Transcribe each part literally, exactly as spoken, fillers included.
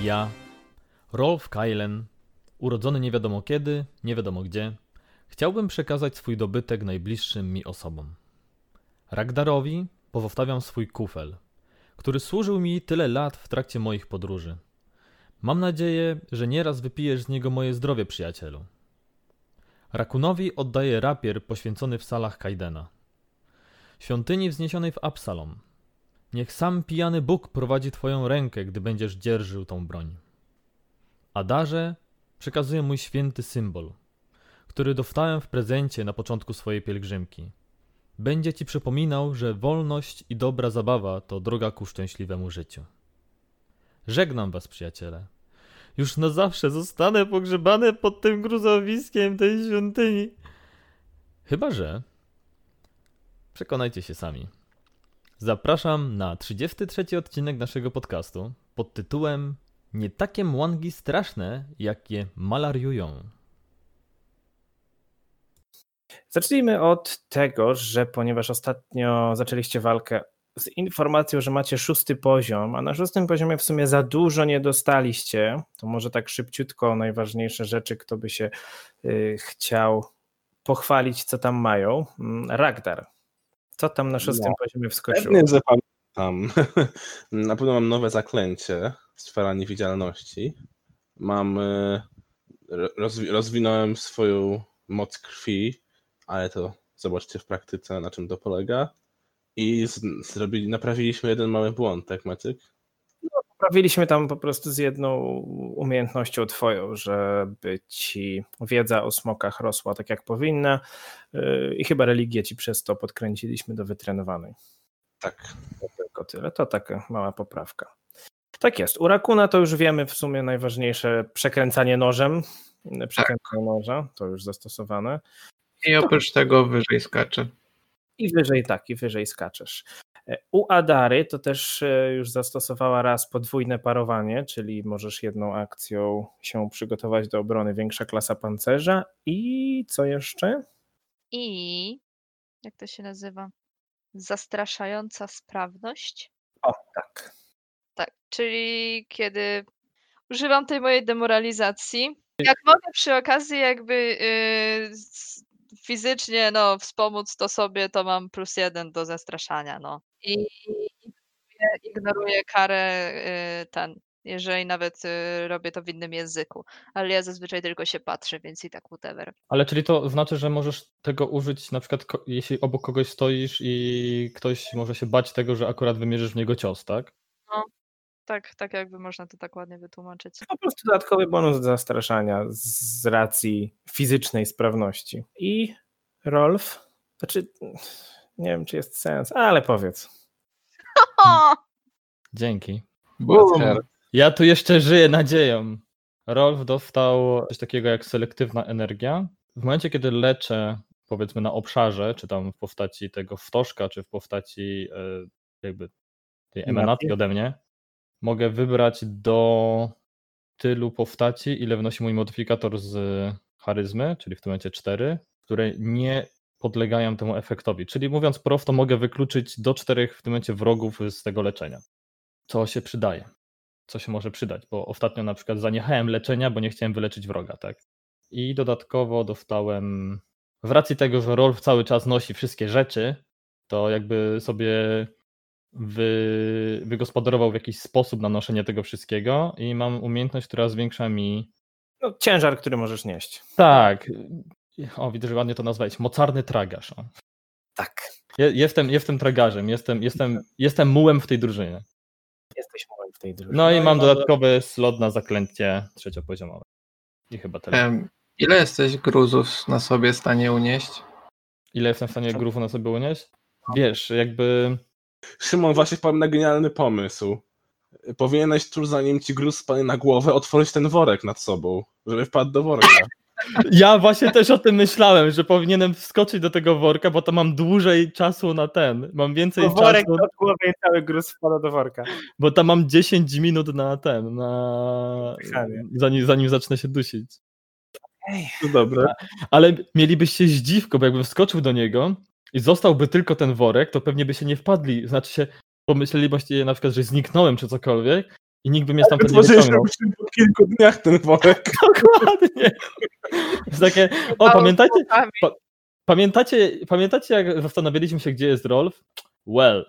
Ja, Rolf Kaylen, urodzony nie wiadomo kiedy, nie wiadomo gdzie, chciałbym przekazać swój dobytek najbliższym mi osobom. Ragdarowi pozostawiam swój kufel, który służył mi tyle lat w trakcie moich podróży. Mam nadzieję, że nieraz wypijesz z niego moje zdrowie, przyjacielu. Rakunowi oddaję rapier poświęcony w salach Kaidena. Świątyni wzniesionej w Absalom. Niech sam pijany Bóg prowadzi twoją rękę, gdy będziesz dzierżył tą broń. Adarze przekazuję mój święty symbol, który dostałem w prezencie na początku swojej pielgrzymki. Będzie ci przypominał, że wolność i dobra zabawa to droga ku szczęśliwemu życiu. Żegnam was, przyjaciele. Już na zawsze zostanę pogrzebany pod tym gruzowiskiem tej świątyni. Chyba że... Przekonajcie się sami. Zapraszam na trzydziesty trzeci odcinek naszego podcastu pod tytułem Nie takie młangi straszne, jakie malariują. Zacznijmy od tego, że ponieważ ostatnio zaczęliście walkę z informacją, że macie szósty poziom, a na szóstym poziomie w sumie za dużo nie dostaliście, to może tak szybciutko najważniejsze rzeczy, kto by się y, chciał pochwalić, co tam mają. Ragdar, co tam na szóstym no, poziomie wskoczyło? Pewnie, że pamiętam. Na pewno mam nowe zaklęcie, sfera niewidzialności. Mam, rozwi- rozwinąłem swoją moc krwi, ale to zobaczcie w praktyce, na czym to polega. I z- zrobili, naprawiliśmy jeden mały błąd, tak Maciek? No, poprawiliśmy tam po prostu z jedną umiejętnością twoją, żeby ci wiedza o smokach rosła tak jak powinna yy, i chyba religię ci przez to podkręciliśmy do wytrenowanej. Tak. To tylko tyle, to taka mała poprawka. Tak jest, u Rakuna to już wiemy w sumie najważniejsze przekręcanie nożem, przekręcanie tak. noża, to już zastosowane. I oprócz tego wyżej skacze. I wyżej tak, i wyżej skaczesz. U Adary to też już zastosowała raz podwójne parowanie, czyli możesz jedną akcją się przygotować do obrony, większa klasa pancerza. I co jeszcze? I jak to się nazywa? Zastraszająca sprawność. O, tak. Tak, czyli kiedy używam tej mojej demoralizacji, jak mogę przy okazji jakby yy, fizycznie no, wspomóc to sobie, to mam plus jeden do zastraszania. No. I ignoruję, ignoruję karę yy, ten, jeżeli nawet yy, robię to w innym języku. Ale ja zazwyczaj tylko się patrzę, więc i tak whatever. Ale czyli to znaczy, że możesz tego użyć na przykład ko- jeśli obok kogoś stoisz i ktoś może się bać tego, że akurat wymierzysz w niego cios, tak? No, tak, tak jakby można to tak ładnie wytłumaczyć. Po prostu dodatkowy bonus do zastraszania z racji fizycznej sprawności. I Rolf, znaczy nie wiem, czy jest sens, ale powiedz. Dzięki. Boom. Ja tu jeszcze żyję nadzieją. Rolf dostał coś takiego jak selektywna energia. W momencie, kiedy leczę, powiedzmy na obszarze, czy tam w postaci tego wtoszka, czy w postaci jakby tej emanacji ode mnie, mogę wybrać do tylu postaci, ile wnosi mój modyfikator z charyzmy, czyli w tym momencie cztery, które nie podlegają temu efektowi. Czyli mówiąc prosto, mogę wykluczyć do czterech w tym momencie wrogów z tego leczenia. Co się przydaje? Co się może przydać? Bo ostatnio na przykład zaniechałem leczenia, bo nie chciałem wyleczyć wroga, tak? I dodatkowo dostałem, w racji tego, że Rolf cały czas nosi wszystkie rzeczy, to jakby sobie wy, wygospodarował w jakiś sposób na noszenie tego wszystkiego i mam umiejętność, która zwiększa mi... No, ciężar, który możesz nieść. Tak. O, widzę, że ładnie to nazwałeś. Mocarny tragarz. O. Tak. Je, jestem, jestem tragarzem, jestem, jestem, jestem mułem w tej drużynie. Jesteś mułem w tej drużynie. No i mam dodatkowy slot na zaklęcie trzeciopoziomowe. I chyba tyle. Um, ile jesteś gruzów na sobie w stanie unieść? Ile jestem w stanie gruzów na sobie unieść? Wiesz, jakby... Szymon, właśnie wpadł na genialny pomysł. Powinieneś tuż zanim ci gruz spadnie na głowę, otworzyć ten worek nad sobą, żeby wpadł do worka. Ja właśnie też o tym myślałem, że powinienem wskoczyć do tego worka, bo to mam dłużej czasu na ten. Mam więcej to worek czasu. od głowy i cały gruz wpada do worka. Bo tam mam dziesięć minut na ten, na... Zanim, zanim zacznę się dusić. Ej. To dobre. Ale mielibyście zdziwko, bo jakbym wskoczył do niego i zostałby tylko ten worek, to pewnie by się nie wpadli. Znaczy się, pomyślelibyście na przykład, że zniknąłem czy cokolwiek, I nikt by mnie stamtąd nie Otworzyliśmy wyciągnął. po kilku dniach ten worek. Dokładnie. Jest takie, o, Mało pamiętacie, słowami. pa, pamiętacie, pamiętacie, jak zastanawialiśmy się, gdzie jest Rolf? Well.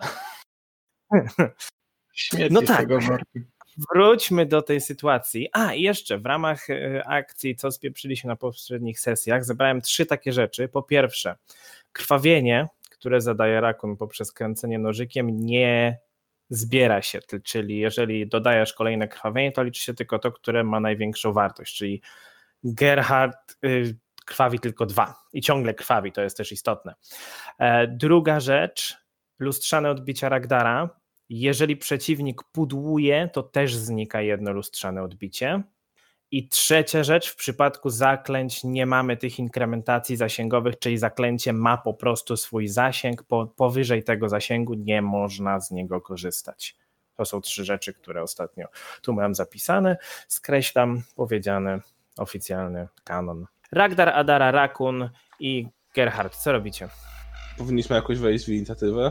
Śmieci No z tak. tego worku. Wróćmy do tej sytuacji. A, i jeszcze w ramach e, akcji, co spieprzyliśmy na poprzednich sesjach, zebrałem trzy takie rzeczy. Po pierwsze, krwawienie, które zadaje rakun poprzez kręcenie nożykiem, nie zbiera się, ty- czyli jeżeli dodajesz kolejne krwawienie, to liczy się tylko to, które ma największą wartość, czyli Gerhard y, krwawi tylko dwa i ciągle krwawi, to jest też istotne. E, druga rzecz, lustrzane odbicia Ragdara. Jeżeli przeciwnik pudłuje, to też znika jedno lustrzane odbicie. I trzecia rzecz, w przypadku zaklęć nie mamy tych inkrementacji zasięgowych, czyli zaklęcie ma po prostu swój zasięg, po, powyżej tego zasięgu nie można z niego korzystać. To są trzy rzeczy, które ostatnio tu mam zapisane, skreślam, powiedziane, oficjalny kanon. Ragdar, Adara, Rakun i Gerhard, co robicie? Powinniśmy jakoś wejść w inicjatywę.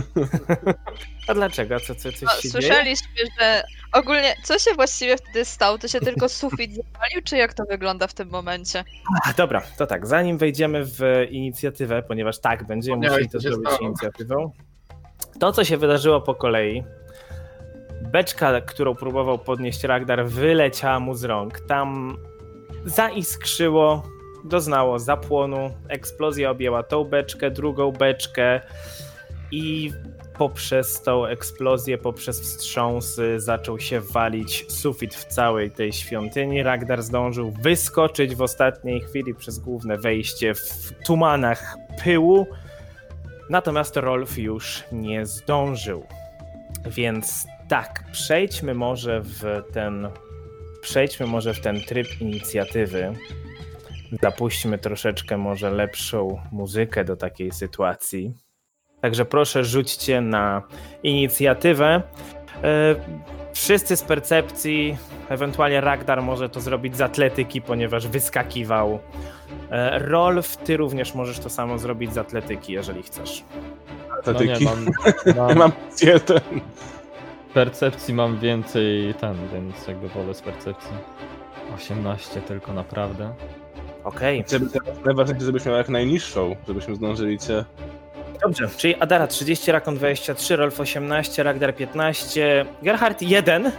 A dlaczego? Co, co, coś No, się dzieje? słyszeliśmy, że ogólnie co się właściwie wtedy stało? To się tylko sufit zapalił, czy jak to wygląda w tym momencie? A, dobra, to tak, zanim wejdziemy w inicjatywę, ponieważ tak, będziemy Wspomniałeś, musieli to co się zrobić stało. inicjatywą. To, co się wydarzyło po kolei, beczka, którą próbował podnieść Ragdar, wyleciała mu z rąk. Tam zaiskrzyło, doznało zapłonu, eksplozja objęła tą beczkę, drugą beczkę i poprzez tą eksplozję, poprzez wstrząsy zaczął się walić sufit w całej tej świątyni. Ragdar zdążył wyskoczyć w ostatniej chwili przez główne wejście w tumanach pyłu, natomiast Rolf już nie zdążył. Więc tak, przejdźmy może w ten przejdźmy może w ten tryb inicjatywy. Zapuśćmy troszeczkę może lepszą muzykę do takiej sytuacji. Także proszę rzućcie na inicjatywę. E, Wszyscy z percepcji, ewentualnie Ragdar może to zrobić z atletyki, ponieważ wyskakiwał. E, Rolf, ty również możesz to samo zrobić z atletyki, jeżeli chcesz. No nie, Atletyki. mam, Ja mam mam jeden. percepcji mam więcej ten, więc jakby wolę z percepcji. osiemnaście tylko, naprawdę. Okej. Żeby teraz najważniejsze, żebyś miał jak najniższą, żebyśmy zdążyli cię... Dobrze, czyli Adara trzydzieści, Rakon dwadzieścia trzy, Rolf osiemnaście, Ragdar piętnaście, Gerhard jeden.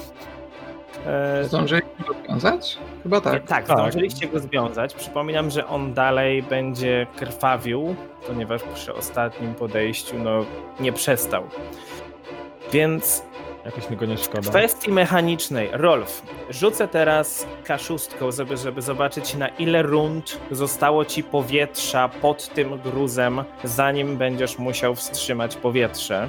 E, Zdążyliśmy go związać? Chyba tak. tak, tak. zdążyliście go związać. Przypominam, że on dalej będzie krwawił, ponieważ przy ostatnim podejściu no, nie przestał. Więc Jakoś mi go nie w szkoda. kwestii mechanicznej, Rolf, rzucę teraz K sześć, żeby, żeby zobaczyć, na ile rund zostało ci powietrza pod tym gruzem, zanim będziesz musiał wstrzymać powietrze.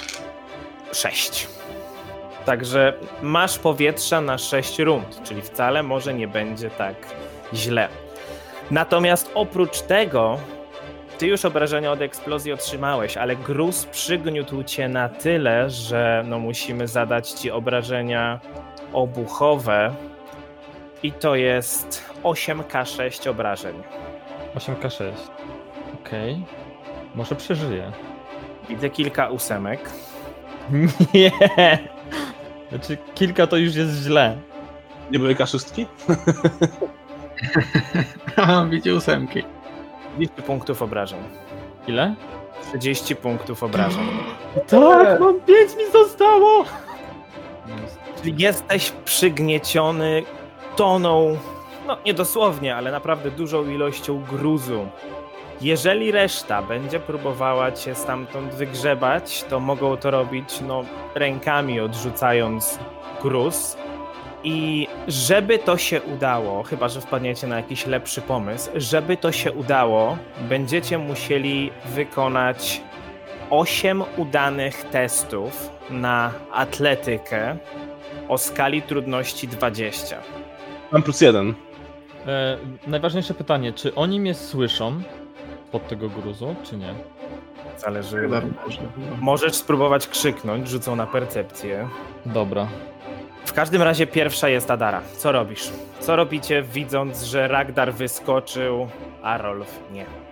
sześć. Także masz powietrza na sześć rund, czyli wcale może nie będzie tak źle. Natomiast oprócz tego, ty już obrażenia od eksplozji otrzymałeś, ale gruz przygniótł cię na tyle, że no musimy zadać ci obrażenia obuchowe i to jest osiem K sześć obrażeń. osiem K sześć. Okej. Może przeżyję. Widzę kilka ósemek. Nie! Znaczy, kilka to już jest źle. Nie były kaszustki? Widzi ósemki. trzydzieści punktów obrażeń. Ile? trzydzieści punktów obrażeń. Tak, mam pięć mi zostało! Czyli jesteś przygnieciony toną, no nie dosłownie, ale naprawdę dużą ilością gruzu. Jeżeli reszta będzie próbowała cię stamtąd wygrzebać, to mogą to robić no, rękami odrzucając gruz. I żeby to się udało, chyba że wpadniecie na jakiś lepszy pomysł, żeby to się udało, będziecie musieli wykonać osiem udanych testów na atletykę o skali trudności dwadzieścia. Mam plus jeden. E, najważniejsze pytanie, czy oni mnie słyszą pod tego gruzu, czy nie? Zależy. Chyba może było. Możesz spróbować krzyknąć, rzucą na percepcję. Dobra. W każdym razie pierwsza jest Adara. Co robisz? Co robicie, widząc, że Ragdar wyskoczył, a Rolf nie?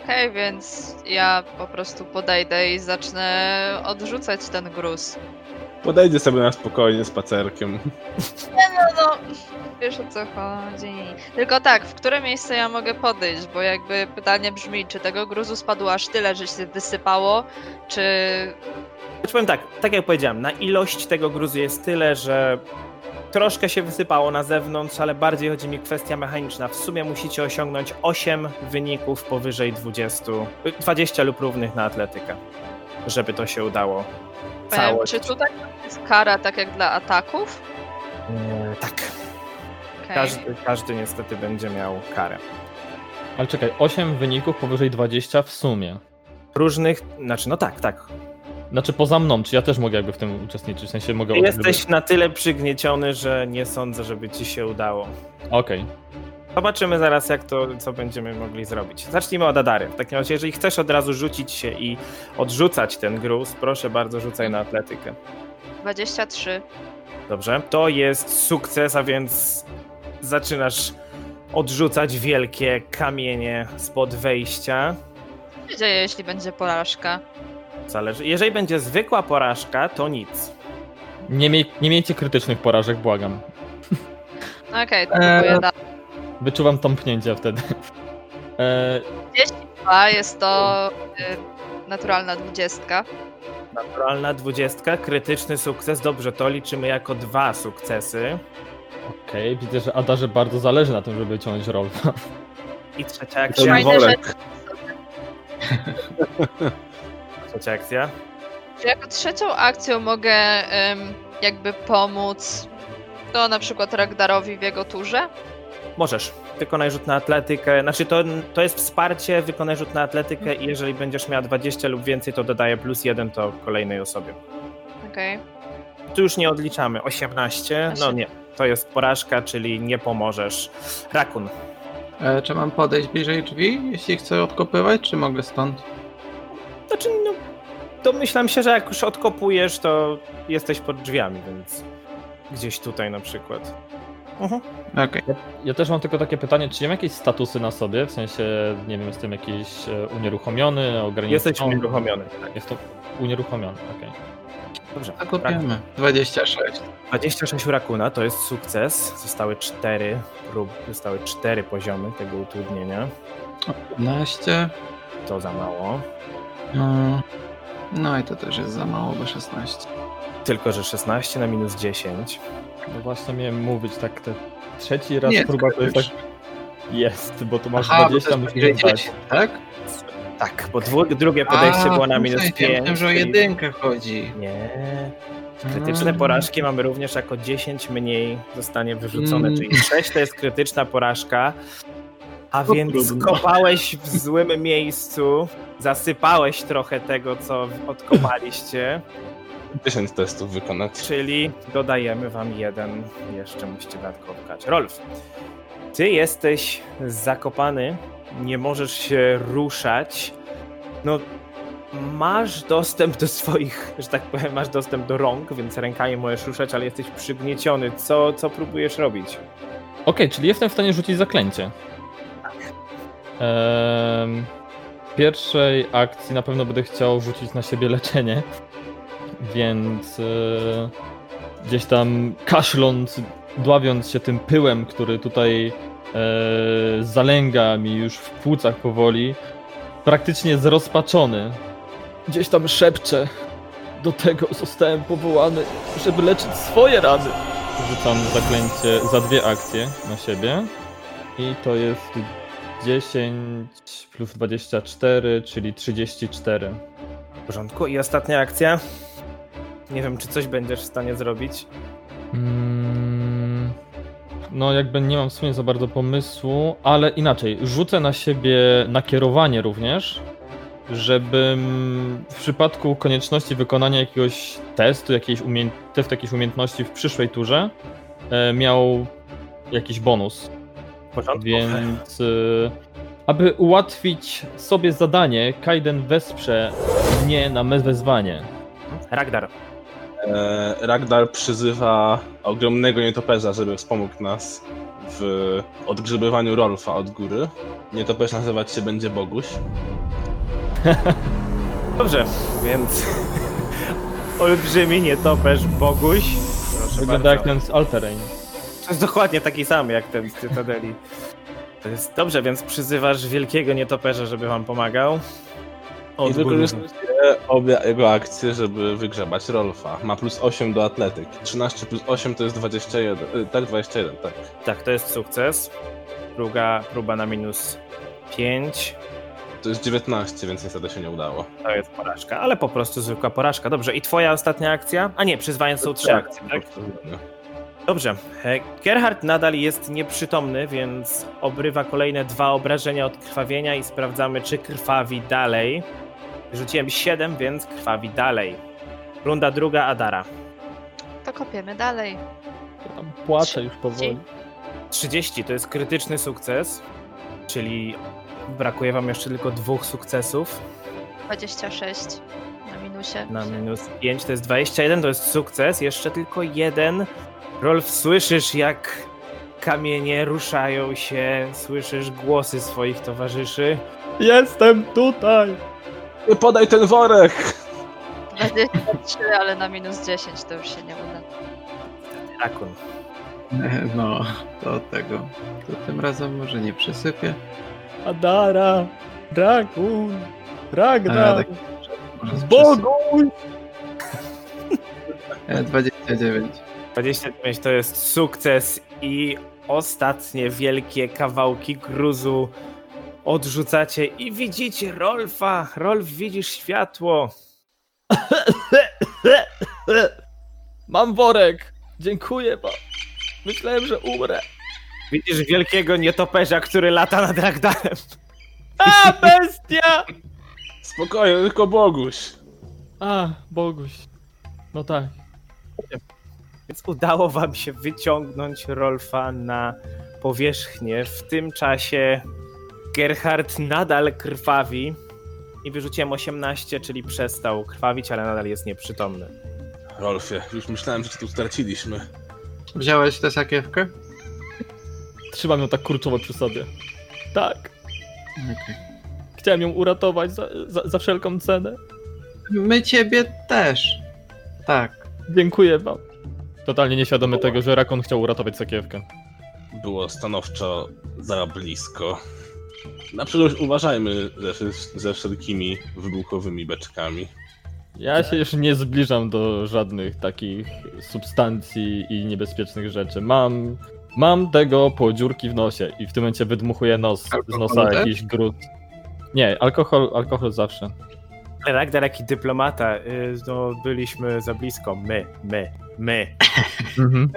Okej, więc ja po prostu podejdę i zacznę odrzucać ten gruz. Podejdzie sobie na spokojnie spacerkiem. No, no, wiesz o co chodzi. Tylko tak, w które miejsce ja mogę podejść, bo jakby pytanie brzmi, czy tego gruzu spadło aż tyle, że się wysypało, czy... Znaczy powiem tak, tak jak powiedziałem, na ilość tego gruzu jest tyle, że troszkę się wysypało na zewnątrz, ale bardziej chodzi mi kwestia mechaniczna. W sumie musicie osiągnąć osiem wyników powyżej dwudziestu, dwudziestu lub równych na atletykę, żeby to się udało. Powiem, Całość. czy tutaj jest kara tak jak dla ataków? Eee, tak, Okej. każdy, każdy niestety będzie miał karę. Ale czekaj, osiem wyników powyżej dwudziestu w sumie. Różnych, znaczy no tak, tak. Znaczy poza mną, czy ja też mogę jakby w tym uczestniczyć? W sensie mogę... Ty jesteś na tyle przygnieciony, że nie sądzę, żeby ci się udało. Okej. Zobaczymy zaraz, jak to, co będziemy mogli zrobić. Zacznijmy od Adary. W takim razie, jeżeli chcesz od razu rzucić się i odrzucać ten gruz, proszę bardzo, rzucaj na atletykę. dwadzieścia trzy. Dobrze, to jest sukces, a więc zaczynasz odrzucać wielkie kamienie spod wejścia. Co się dzieje, jeśli będzie porażka? Zależy. Jeżeli będzie zwykła porażka, to nic. Nie, miej, nie miejcie krytycznych porażek, błagam. Okej, to Eee. próbuję dalej. Wyczuwam tąpnięcia wtedy. E, A jest to y, naturalna dwudziestka. Naturalna dwudziestka, krytyczny sukces. Dobrze, to liczymy jako dwa sukcesy. Okej, widzę, że Adarze bardzo zależy na tym, żeby wyciągnąć Rolfa. I trzecia To akcja. Fajne worek. Trzecia akcja. Czy jako trzecią akcją mogę ym, jakby pomóc to na przykład Ragdarowi w jego turze? Możesz. Wykonaj rzut na atletykę. Znaczy to, to jest wsparcie, wykonaj rzut na atletykę i jeżeli będziesz miała dwadzieścia lub więcej, to dodaję plus jeden to kolejnej osobie. Okej. Tu już nie odliczamy. osiemnaście. No nie. To jest porażka, czyli nie pomożesz. Rakun. E, czy mam podejść bliżej drzwi, jeśli chcę odkopywać, czy mogę stąd? Znaczy, no, domyślam się, że jak już odkopujesz, to jesteś pod drzwiami, więc gdzieś tutaj na przykład. Mhm. Okej. Ja, ja też mam tylko takie pytanie, czy mam jakieś statusy na sobie? W sensie, nie wiem, jestem jakiś e, unieruchomiony, ograniczony? Jesteś unieruchomiony. Jestem unieruchomiony, okej. Dobrze. Zakopiemy. dwadzieścia sześć. dwadzieścia sześć u Rakuna to jest sukces. Zostały cztery prób, zostały cztery poziomy tego utrudnienia. piętnaście. To za mało. No, no i to też jest za mało, bo szesnaście. Tylko, że szesnaście na minus dziesięć. No właśnie miałem mówić, tak te trzeci raz Nie, próba to jest tak... krytyczny. Jest, bo tu masz Aha, bo to dwadzieścia, jest musisz bliżej dać. dziesięć, tak? Tak, bo dwu, drugie podejście A, było na w tym minus sensie, pięć. Myślałem, że o czyli- jedynkę chodzi. Nie. Krytyczne Mm. porażki mamy również jako dziesięć mniej zostanie wyrzucone, Mm. czyli sześć to jest krytyczna porażka. A To więc trudno. kopałeś w złym miejscu, zasypałeś trochę tego, co odkopaliście, dziesięć testów wykonać. czyli dodajemy wam jeden, jeszcze musicie dodatkowo wkać. Rolf, ty jesteś zakopany, nie możesz się ruszać, no masz dostęp do swoich, że tak powiem, masz dostęp do rąk, więc rękami możesz ruszać, ale jesteś przygnieciony. Co, co próbujesz robić? Okej, czyli jestem w stanie rzucić zaklęcie. Em, w pierwszej akcji na pewno będę chciał rzucić na siebie leczenie, więc e, gdzieś tam kaszląc, dławiąc się tym pyłem, który tutaj e, zalęga mi już w płucach powoli, praktycznie zrozpaczony, gdzieś tam szepczę: do tego zostałem powołany, żeby leczyć swoje rany. Rzucam zaklęcie za dwie akcje na siebie i to jest dziesięć plus dwadzieścia cztery, czyli trzydzieści cztery. W porządku. I ostatnia akcja. Nie wiem, czy coś będziesz w stanie zrobić. Mm, no jakby nie mam w sumie za bardzo pomysłu, ale inaczej, rzucę na siebie nakierowanie również, żebym w przypadku konieczności wykonania jakiegoś testu, jakiejś umie- testu jakiejś umiejętności w przyszłej turze e, miał jakiś bonus. W porządku. Więc y, aby ułatwić sobie zadanie, Kaiden wesprze mnie na me wezwanie. Ragdar. E, Ragnar przyzywa ogromnego nietoperza, żeby wspomógł nas w odgrzebywaniu Rolfa od góry. Nietoperz nazywać się będzie Boguś. Dobrze, więc olbrzymi nietoperz Boguś. Proszę Wygląda jak bardzo. ten z Alterain. To jest dokładnie taki sam jak ten z Cytadeli. To jest dobrze, więc przyzywasz wielkiego nietoperza, żeby wam pomagał. I Od góry. wykorzystuje obie jego akcje, żeby wygrzebać Rolfa. Ma plus osiem do atletyki. trzynaście plus osiem to jest dwadzieścia jeden. Y, tak, dwadzieścia jeden, tak. Tak, to jest sukces. Druga próba na minus pięć. To jest dziewiętnaście, więc niestety się nie udało. To jest porażka, ale po prostu zwykła porażka. Dobrze, i twoja ostatnia akcja? A nie, przyzwanie są trzy akcje, tak? Dobrze. E, Gerhard nadal jest nieprzytomny, więc obrywa kolejne dwa obrażenia od krwawienia i sprawdzamy, czy krwawi dalej. Rzuciłem siedem, więc krwawi dalej. Runda druga, Adara. To kopiemy dalej. Ja tam płaczę już powoli. trzydzieści to jest krytyczny sukces, czyli brakuje wam jeszcze tylko dwóch sukcesów. dwadzieścia sześć na minusie. Na minus pięć to jest dwadzieścia jeden, to jest sukces. Jeszcze tylko jeden. Rolf, słyszysz, jak kamienie ruszają się, słyszysz głosy swoich towarzyszy. Jestem tutaj! Nie podaj ten worek! dwadzieścia trzy, ale na minus dziesięć to już się nie uda. Rakun. No, to tego. To tym razem może nie przysypię. Adara! Drakun! Ragnar! A, tak. Może Boguś! E, dwadzieścia dziewięć. dwadzieścia dziewięć to jest sukces i ostatnie wielkie kawałki gruzu odrzucacie i widzicie Rolfa. Rolf, widzisz światło. Mam worek! Dziękuję wam! Myślałem, że umrę. Widzisz wielkiego nietoperza, który lata nad Ragdarem. A, bestia! Spokojnie, tylko Boguś. A, Boguś. No tak. Więc udało wam się wyciągnąć Rolfa na powierzchnię. W tym czasie Gerhard nadal krwawi i wyrzuciłem osiemnaście, czyli przestał krwawić, ale nadal jest nieprzytomny. Rolfie, już myślałem, że cię tu straciliśmy. Wziąłeś tę sakiewkę? Trzymam ją tak kurczowo przy sobie. Tak. Okej. Chciałem ją uratować za, za, za wszelką cenę. My ciebie też. Tak. Dziękuję wam. Totalnie nieświadomy tego, że Rakon chciał uratować sakiewkę. Było stanowczo za blisko. Na przyszłość uważajmy ze, wszy- ze wszelkimi wybuchowymi beczkami. Ja się już nie zbliżam do żadnych takich substancji i niebezpiecznych rzeczy. Mam, mam tego po dziurki w nosie i w tym momencie wydmuchuję nos, z Alkohol nosa też? jakiś grud. Nie, alkohol, alkohol zawsze. Ragnar, jaki dyplomata, y, no byliśmy za blisko. My, my, my. Mhm.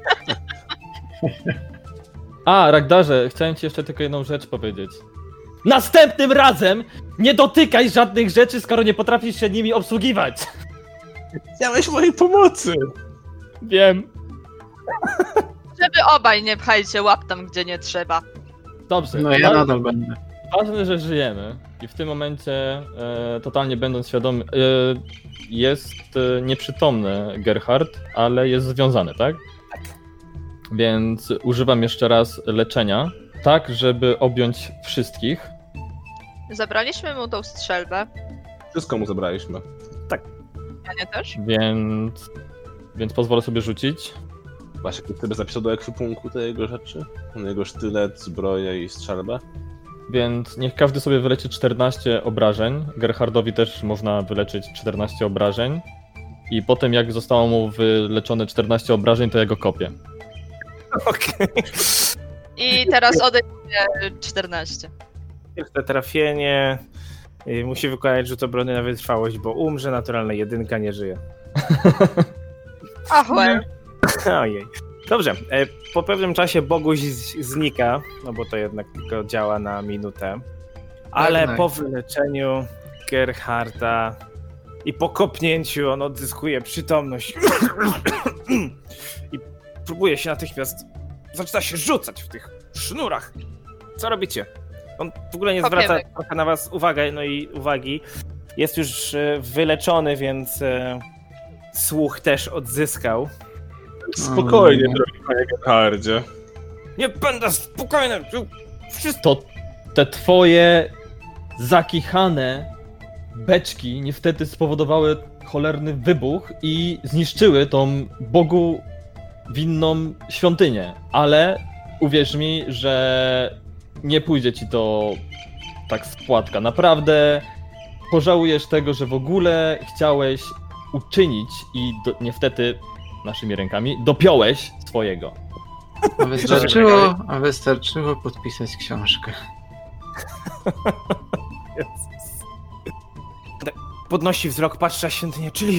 A, Ragdarze, chciałem ci jeszcze tylko jedną rzecz powiedzieć. Następnym razem nie dotykaj żadnych rzeczy, skoro nie potrafisz się nimi obsługiwać. Chciałeś mojej pomocy! Wiem. Żeby obaj nie pchajcie łap tam, gdzie nie trzeba. Dobrze. No ja Wa- nadal będę. Ważne, że żyjemy i w tym momencie, e, totalnie będąc świadomy, e, jest e, nieprzytomny Gerhard, ale jest związany, tak? Tak. Więc używam jeszcze raz leczenia, tak żeby objąć wszystkich. Zabraliśmy mu tą strzelbę. Wszystko mu zabraliśmy. Ja nie też? Więc, więc pozwolę sobie rzucić. Właśnie ktoś sobie zapisał do ekwipunku te jego rzeczy? Jego sztylet, zbroję i strzelbę? Więc niech każdy sobie wyleczy czternaście obrażeń. Gerhardowi też można wyleczyć czternaście obrażeń. I potem jak zostało mu wyleczone czternaście obrażeń, to ja go kopię. Okej. I teraz odejmie czternaście. Pierwsze trafienie. Y, musi wykonać rzut obrony na wytrwałość, bo umrze, naturalna jedynka, nie żyje. Ach, well. Ojej. Dobrze, e, po pewnym czasie Boguś z- znika, no bo to jednak tylko działa na minutę. Ale Jak naj- po wyleczeniu Gerharda i po kopnięciu on odzyskuje przytomność i próbuje się natychmiast, zaczyna się rzucać w tych sznurach. Co robicie? On w ogóle nie zwraca Kopiemy. trochę na was uwagę, no i uwagi. Jest już e, wyleczony, więc e, słuch też odzyskał. Spokojnie, Mm. drogi panie Gerhardzie. Nie będę spokojny! Wszystko... To te twoje zakichane beczki niestety spowodowały cholerny wybuch i zniszczyły tą Bogu winną świątynię. Ale uwierz mi, że nie pójdzie ci to tak z płatka. Naprawdę pożałujesz tego, że w ogóle chciałeś uczynić i do, niestety naszymi rękami dopiąłeś swojego. A wystarczyło, a wystarczyło podpisać książkę. Jezus. Tak podnosi wzrok, patrzy na świątynię, czyli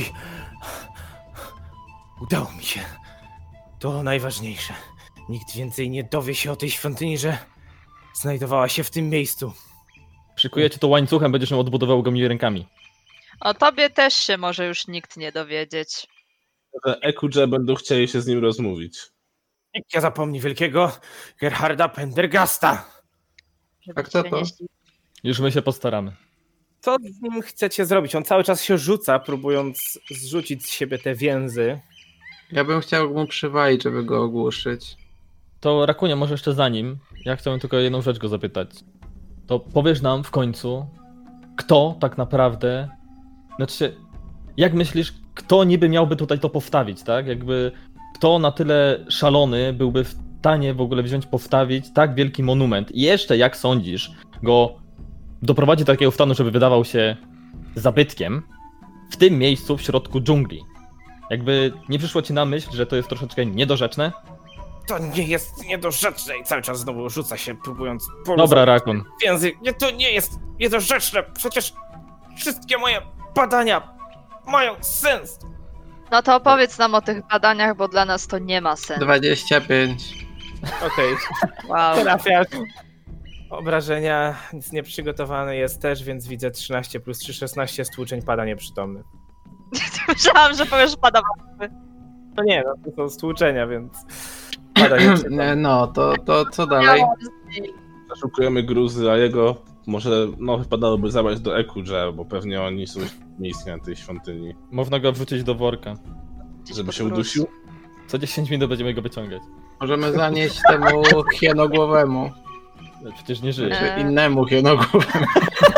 udało mi się. To najważniejsze. Nikt więcej nie dowie się o tej świątyni, że znajdowała się w tym miejscu. Przykuję cię to łańcuchem, będziesz ją odbudował gołymi rękami. O tobie też się może już nikt nie dowiedzieć. Że E Q G będą chcieli się z nim rozmówić. Nikt nie zapomni wielkiego Gerharda Pendergasta. Żeby A kto cię to? nie zdziwić. Już my się postaramy. Co z nim chcecie zrobić? On cały czas się rzuca, próbując zrzucić z siebie te więzy. Ja bym chciał mu przywalić, żeby go ogłuszyć. To Rakunie, może jeszcze zanim, ja chciałem tylko jedną rzecz go zapytać. To powiesz nam w końcu, kto tak naprawdę, znaczy, jak myślisz, kto niby miałby tutaj to postawić, tak? Jakby, kto na tyle szalony byłby w stanie w ogóle wziąć, postawić tak wielki monument i jeszcze, jak sądzisz, go doprowadzi do takiego stanu, żeby wydawał się zabytkiem w tym miejscu w środku dżungli. Jakby nie przyszło ci na myśl, że to jest troszeczkę niedorzeczne? To nie jest niedorzeczne i cały czas znowu rzuca się, próbując Dobra, Rakun. więzy. Nie, to nie jest niedorzeczne. Przecież wszystkie moje badania mają sens. No to opowiedz nam o tych badaniach, bo dla nas to nie ma sensu. dwadzieścia pięć. Okej, Wow. trafiasz. Obrażenia, nic nieprzygotowany jest też, więc widzę trzynaście plus trzy, szesnaście, stłuczeń, pada nieprzytomny. Myślałam, że powiesz pada. No nie, no to są stłuczenia, więc pada nieprzytomny. Nie, no, to, to co dalej? Zaszukujemy gruzy, a jego może no wypadałoby zabrać do E Q G, bo pewnie oni są miejscu na tej świątyni. Można go wrzucić do worka. Żeby się udusił? Co dziesięć minut będziemy go wyciągać. Możemy zanieść temu hienogłowemu. Przecież nie żyje. Czy innemu hienogłowemu.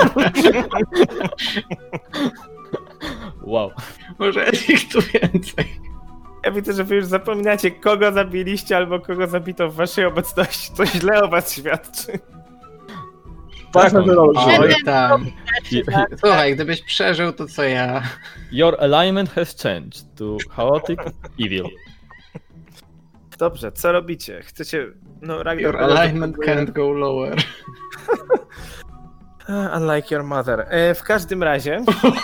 Wow. Może jest ich tu więcej. Ja widzę, że wy już zapominacie, kogo zabiliście albo kogo zabito w waszej obecności. To źle o was świadczy. Tak, no dobrze. Oj tam. Słuchaj, gdybyś przeżył, to co ja? Your alignment has changed to chaotic evil. Dobrze, co robicie? Chcecie... No, Ragnar... Your alignment can't go lower. Unlike your mother. E, w każdym razie...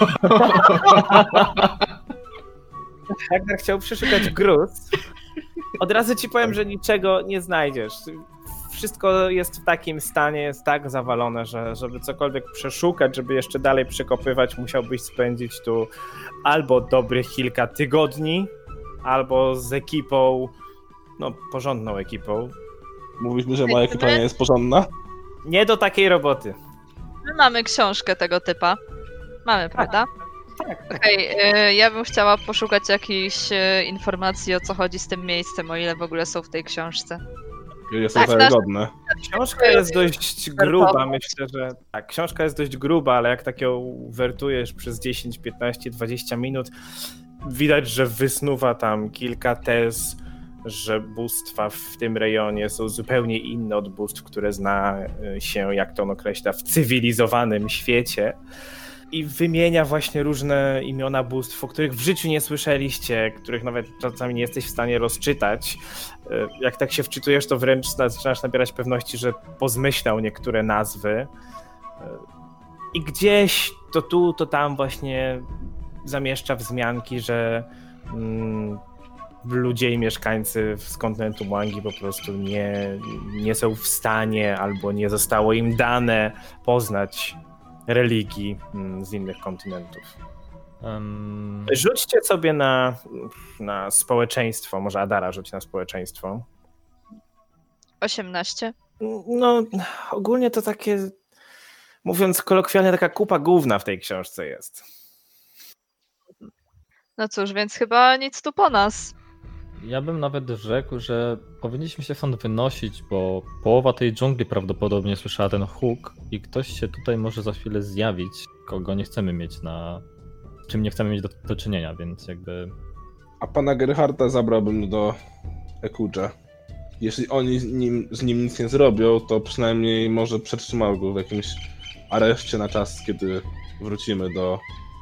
Ragnar chciał przeszukać gruz. Od razu ci powiem, że niczego nie znajdziesz. Wszystko jest w takim stanie, jest tak zawalone, że żeby cokolwiek przeszukać, żeby jeszcze dalej przekopywać, musiałbyś spędzić tu albo dobrych kilka tygodni, albo z ekipą, no porządną ekipą. Mówiliśmy, że moja ekipa nie jest porządna? Nie do takiej roboty. My mamy książkę tego typa. Mamy, prawda? Tak. Okej, okay, ja bym chciała poszukać jakichś y, informacji, o co chodzi z tym miejscem, o ile w ogóle są w tej książce. Jest to Tak, wiarygodne. Książka jest dość gruba, myślę, że tak, książka jest dość gruba, ale jak tak ją wertujesz przez dziesięć, piętnaście, dwadzieścia minut, widać, że wysnuwa tam kilka tez, że bóstwa w tym rejonie są zupełnie inne od bóstw, które zna się, jak to on określa, w cywilizowanym świecie. I wymienia właśnie różne imiona bóstw, o których w życiu nie słyszeliście, których nawet czasami nie jesteś w stanie rozczytać. Jak tak się wczytujesz, to wręcz zaczynasz nabierać pewności, że pozmyślał niektóre nazwy. I gdzieś to tu, to tam właśnie zamieszcza wzmianki, że mm, ludzie i mieszkańcy z kontynentu Mwangi po prostu nie, nie są w stanie albo nie zostało im dane poznać religii z innych kontynentów. Um... Rzućcie sobie na, na społeczeństwo, może Adara rzuć na społeczeństwo. osiemnaście. No, ogólnie to takie, mówiąc kolokwialnie, taka kupa gówna w tej książce jest. No cóż, więc chyba nic tu po nas. Ja bym nawet rzekł, że powinniśmy się stąd wynosić, bo połowa tej dżungli prawdopodobnie słyszała ten huk i ktoś się tutaj może za chwilę zjawić, kogo nie chcemy mieć na... czym nie chcemy mieć do, do czynienia, więc jakby... A pana Gerharda zabrałbym do Ekudża. Jeśli oni z nim, z nim nic nie zrobią, to przynajmniej może przetrzymają go w jakimś areszcie na czas, kiedy wrócimy do,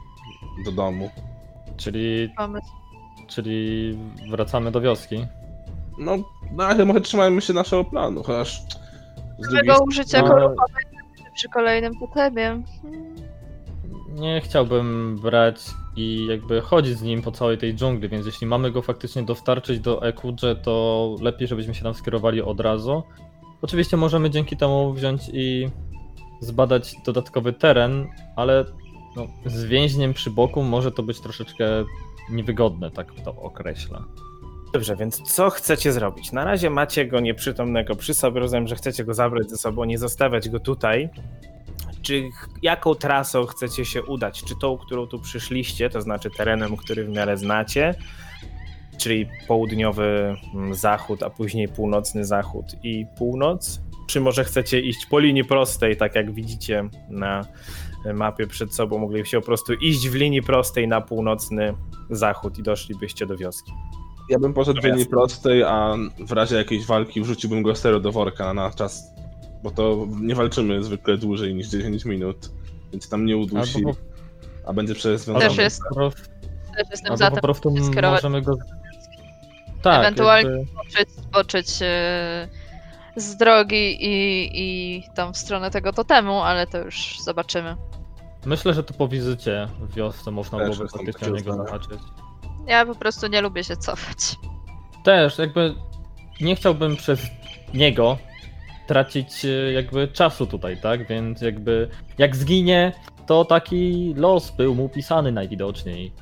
do domu. Czyli... Pomysł. czyli wracamy do wioski. No, na razie może trzymajmy się naszego planu, chociaż z drugiej Tego użycia No, korupowej przy kolejnym totemie. Hmm. Nie chciałbym brać i jakby chodzić z nim po całej tej dżungli, więc jeśli mamy go faktycznie dostarczyć do Ekudże, to lepiej, żebyśmy się tam skierowali od razu. Oczywiście możemy dzięki temu wziąć i zbadać dodatkowy teren, ale no, z więźniem przy boku może to być troszeczkę niewygodne, tak to określę. Dobrze, więc co chcecie zrobić? Na razie macie go nieprzytomnego przy sobie, rozumiem, że chcecie go zabrać ze sobą, nie zostawiać go tutaj. Czy jaką trasą chcecie się udać? Czy tą, którą tu przyszliście, to znaczy terenem, który w miarę znacie, czyli południowy zachód, a później północny zachód i północ? Czy może chcecie iść po linii prostej, tak jak widzicie na mapie przed sobą, moglibyście po prostu iść w linii prostej na północny zachód i doszlibyście do wioski? Ja bym poszedł w Jasne. linii prostej, a w razie jakiejś walki wrzuciłbym go serio do worka na czas, bo to nie walczymy zwykle dłużej niż dziesięć minut, więc tam nie udusi, Albo po, a będzie przezwiązany. Też jest. po prostu, Też jestem albo za po tym, prostu żeby skierować możemy go... Tak, Ewentualnie jakby... zboczyć, zboczyć e, z drogi i, i tam w stronę tego totemu, ale to już zobaczymy. Myślę, że tu po wizycie w wiosce można Też byłoby jestem faktycznie takiego o niego zdania. zahaczyć. Ja po prostu nie lubię się cofać. Też jakby nie chciałbym przez niego tracić e, jakby czasu tutaj, tak? Więc jakby jak zginie, to taki los był mu pisany najwidoczniej.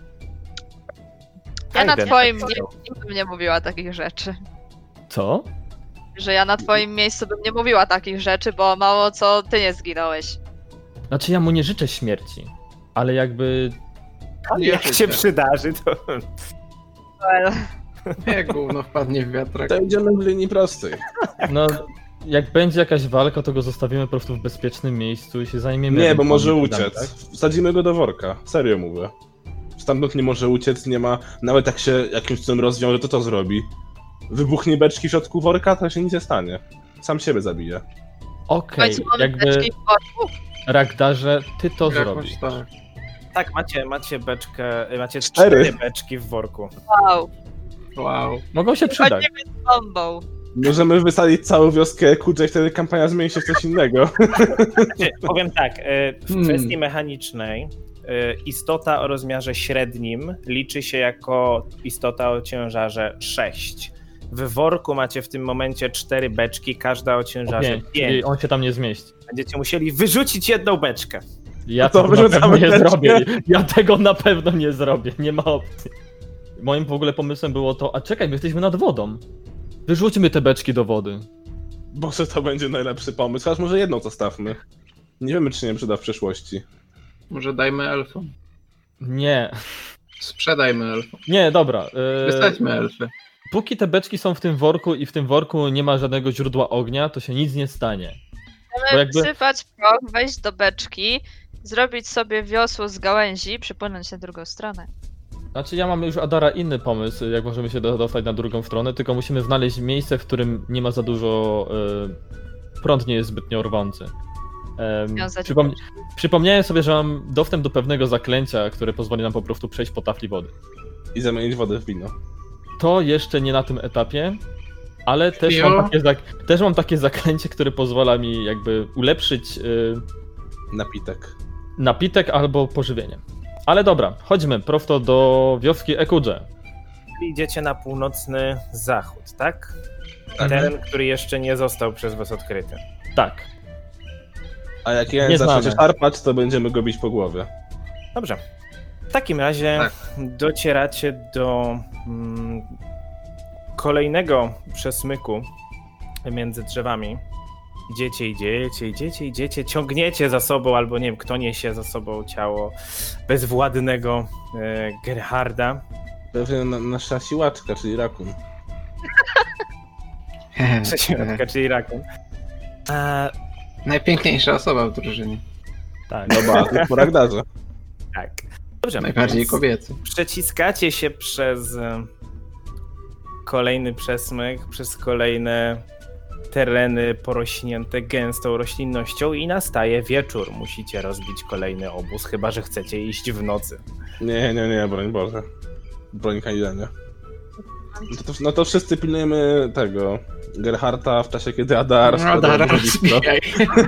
Ja na Hayden. twoim miejscu bym nie mówiła takich rzeczy. Co? Że ja na twoim miejscu bym nie mówiła takich rzeczy, bo mało co ty nie zginąłeś. Znaczy ja mu nie życzę śmierci, ale jakby Ale Nie jak życzę. się przydarzy, to... Well, Jak gówno wpadnie w wiatrak. To idziemy w linii prostej. no jak będzie jakaś walka, to go zostawimy po prostu w bezpiecznym miejscu i się zajmiemy... Nie, bo może ewentualnie uciec. tak? Wsadzimy go do worka, serio mówię. Stamtąd nie może uciec, nie ma... Nawet jak się jakimś cudem rozwiąże, to co zrobi? Wybuchnie beczki w środku worka, to się nic nie stanie. Sam siebie zabije. w Okej, końcu mamy jakby beczki w worku. Ragdarze, ty to Jakoś zrobisz. tak. Tak, macie, macie beczkę, macie Cztery. cztery beczki w worku. Wow. Wow. Mogą się przydać. Chodzimy z bombą. Możemy wysadzić całą wioskę Ekudża i wtedy kampania zmieni się w coś innego. Znaczy, powiem tak, e, w Hmm. kwestii mechanicznej e, istota o rozmiarze średnim liczy się jako istota o ciężarze sześć. W worku macie w tym momencie cztery beczki, każda o ciężarze Pięć, czyli pięć. on się tam nie zmieści. Będziecie musieli wyrzucić jedną beczkę. Ja No to tego na pewno wyrzucamy nie beczkę. zrobię. Ja tego na pewno nie zrobię. Nie ma opcji. Moim w ogóle pomysłem było to, a czekaj, my jesteśmy nad wodą. Wyrzućmy te beczki do wody. Może to będzie najlepszy pomysł, chociaż może jedną zostawmy. Nie wiemy, czy się nie przyda w przyszłości. Może dajmy elfom. Nie, Sprzedajmy elfom. nie, dobra. Yy, Wysadźmy elfy. póki te beczki są w tym worku i w tym worku nie ma żadnego źródła ognia, to się nic nie stanie. Bo Chcemy jakby- wsypać proch, wejść do beczki, zrobić sobie wiosło z gałęzi, przepłynąć na drugą stronę. Znaczy ja mam już Adara inny pomysł, jak możemy się do- dostać na drugą stronę, tylko musimy znaleźć miejsce, w którym nie ma za dużo... Yy, prąd nie jest zbytnio rwący. Em, Wiązać przypom- przypomniałem sobie, że mam dostęp do pewnego zaklęcia, które pozwoli nam po prostu przejść po tafli wody. I zamienić wodę w wino. To jeszcze nie na tym etapie, ale też Jo. mam, takie zak- też mam takie zaklęcie, które pozwala mi jakby ulepszyć yy, Napitek. napitek albo pożywienie. Ale dobra, chodźmy prosto do wioski Ekudże. Idziecie na północny zachód, tak? Tak. Teren, który jeszcze nie został przez was odkryty. Tak. A jak jeden Nie zacznie się znamy. szarpać, to będziemy go bić po głowie. Dobrze. W takim razie Tak. docieracie do mm, kolejnego przesmyku między drzewami. Idziecie, idziecie, idziecie, idziecie, ciągniecie za sobą, albo nie wiem, kto niesie za sobą ciało bezwładnego e, Gerharda. Pewnie na, nasza siłaczka, czyli Rakun. Przesiadka, czyli Rakun. A, Najpiękniejsza osoba w drużynie. Tak. No ba, po Ragdarze. tak. Dobrze, Najbardziej więc kobiecy. przeciskacie się przez e, kolejny przesmyk, przez kolejne tereny porośnięte gęstą roślinnością i nastaje wieczór. Musicie rozbić kolejny obóz, chyba że chcecie iść w nocy. Nie, nie, nie, broń Boże. Broń Kailenia. No to, no to wszyscy pilnujemy tego Gerharta w czasie, kiedy Adar... No, składa Dara, budownictwo. rozbijaj.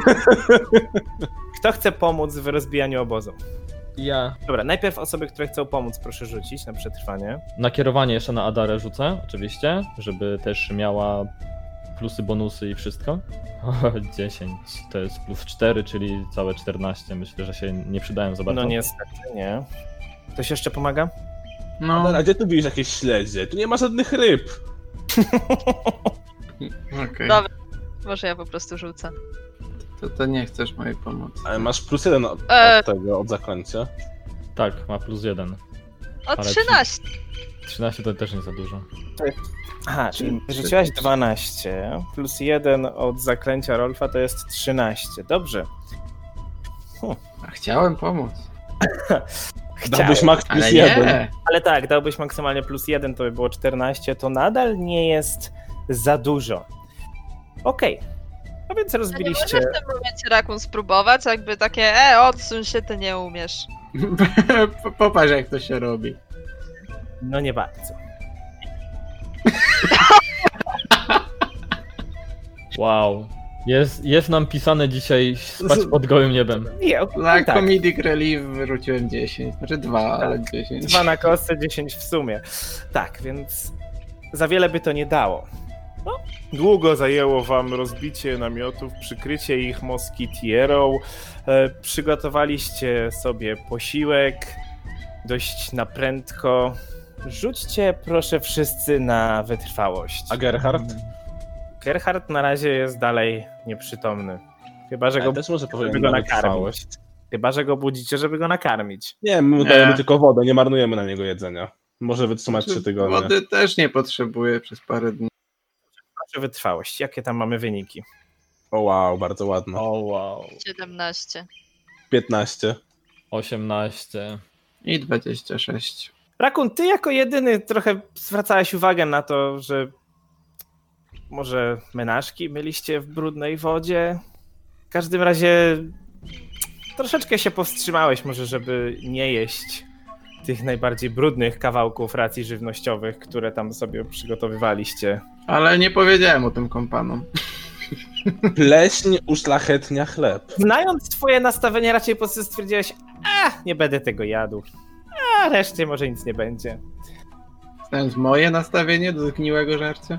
Kto chce pomóc w rozbijaniu obozu? Ja Dobra, najpierw osoby, które chcą pomóc, proszę rzucić na przetrwanie. nakierowanie jeszcze na Adarę rzucę, oczywiście, żeby też miała plusy, bonusy i wszystko. O, dziesięć, to jest plus cztery, czyli całe czternaście. Myślę, że się nie przydają za bardzo. No niestety nie. Ktoś jeszcze pomaga? No, Adar, a gdzie tu widzisz jakieś śledzie? Tu nie ma żadnych ryb. okej. Dobra. Może ja po prostu rzucę. To, to nie chcesz mojej pomocy. Ale masz plus jeden od, Eee. od tego, od zaklęcia. Tak, ma plus jeden. O, Ale trzynaście. trzynaście to też nie za dużo. Aha, czyli rzuciłaś dwanaście, plus jeden od zaklęcia Rolfa to jest trzynaście. Dobrze. A chciałem pomóc. Dałbyś Chciałem, max plus Ale jeden. nie. ale tak, dałbyś maksymalnie plus jeden, to by było czternaście, to nadal nie jest za dużo. Okej. No więc A nie rozbiliście... możesz w tym momencie Rakun spróbować? Jakby takie, e, odsuń się, ty nie umiesz. Popatrz, jak to się robi. No nie bardzo. Wow. Jest, jest nam pisane dzisiaj spać pod gołym niebem. Nie, Dla tak. Comedic Relief wyrzuciłem dziesięć. Znaczy dwa, Tak. ale dziesięć. Dwa na kostce, dziesięć w sumie. Tak, więc za wiele by to nie dało. No, długo zajęło wam rozbicie namiotów, przykrycie ich moskitierą. E, przygotowaliście sobie posiłek dość na prędko. Rzućcie proszę wszyscy na wytrwałość. A Gerhard? Gerhard na razie jest dalej nieprzytomny. Chyba, że Ja go, też może żeby powiem go na nakarmić. wytrwałość. Chyba, że go budzicie, żeby go nakarmić. Nie, my mu Nie. dajemy tylko wodę, nie marnujemy na niego jedzenia. Może wytrzymać trzy tygodnie. Wody też nie potrzebuję przez parę dni. Proszę wytrwałość. Jakie tam mamy wyniki? O wow, bardzo ładno. O wow. siedemnaście. piętnaście. osiemnaście. I dwadzieścia sześć. Rakun, ty jako jedyny trochę zwracałeś uwagę na to, że może menażki myliście w brudnej wodzie. W każdym razie troszeczkę się powstrzymałeś może, żeby nie jeść tych najbardziej brudnych kawałków racji żywnościowych, które tam sobie przygotowywaliście. Ale nie powiedziałem o tym kompanom. Pleśń uszlachetnia chleb. Znając twoje nastawienie, raczej po prostu stwierdziłeś, a nie będę tego jadł. A reszcie może nic nie będzie. Znając moje nastawienie do zgniłego żarcia.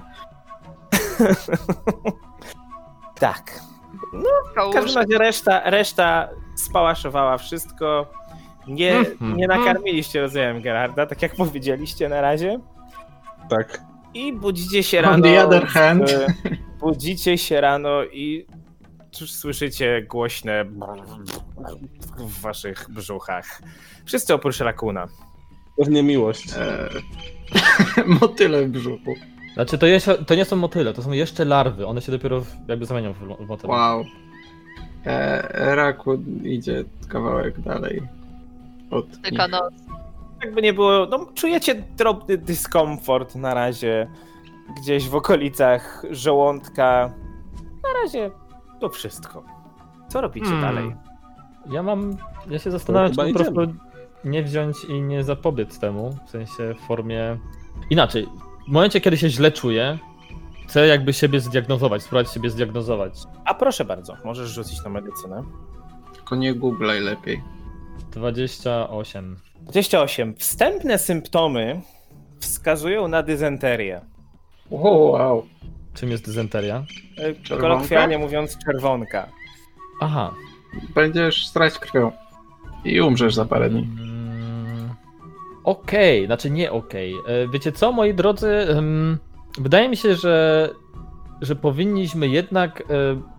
Tak. W Kałuż. każdym razie reszta, reszta spałaszowała wszystko. Nie, Mhm. nie nakarmiliście, rozumiem, Gerarda, tak jak powiedzieliście na razie. Tak. I budzicie się On rano. the other hand. w- budzicie się rano i cóż słyszycie głośne w waszych brzuchach. Wszyscy oprócz Rakuna. Pewnie miłość. Eee, motyle w brzuchu. Znaczy to, jest, to nie są motyle, to są jeszcze larwy. One się dopiero w- jakby zamienią w, w motyle. Wow. Eee, Raku idzie kawałek dalej. Od Tylko nich. no, Jakby nie było, no czujecie drobny dyskomfort na razie gdzieś w okolicach żołądka. Na razie to wszystko. Co robicie Hmm. dalej? Ja mam. Ja się zastanawiam, czy chyba po prostu idziemy. nie wziąć i nie zapobiec temu. W sensie w formie. Inaczej. W momencie, kiedy się źle czuję, chcę jakby siebie zdiagnozować, spróbować siebie zdiagnozować. A proszę bardzo, możesz rzucić na medycynę. Tylko nie googlaj lepiej. dwadzieścia osiem. dwadzieścia osiem. Wstępne symptomy wskazują na dysenterię. O, wow. Czym jest dysenteria? E, Czerwonka? Kolokwialnie mówiąc czerwonka. Aha. Będziesz strać krwią. I umrzesz za parę dni. Mm, Okej, znaczy nie okej. E, Wiecie co, moi drodzy? Em, Wydaje mi się, że, że powinniśmy jednak e,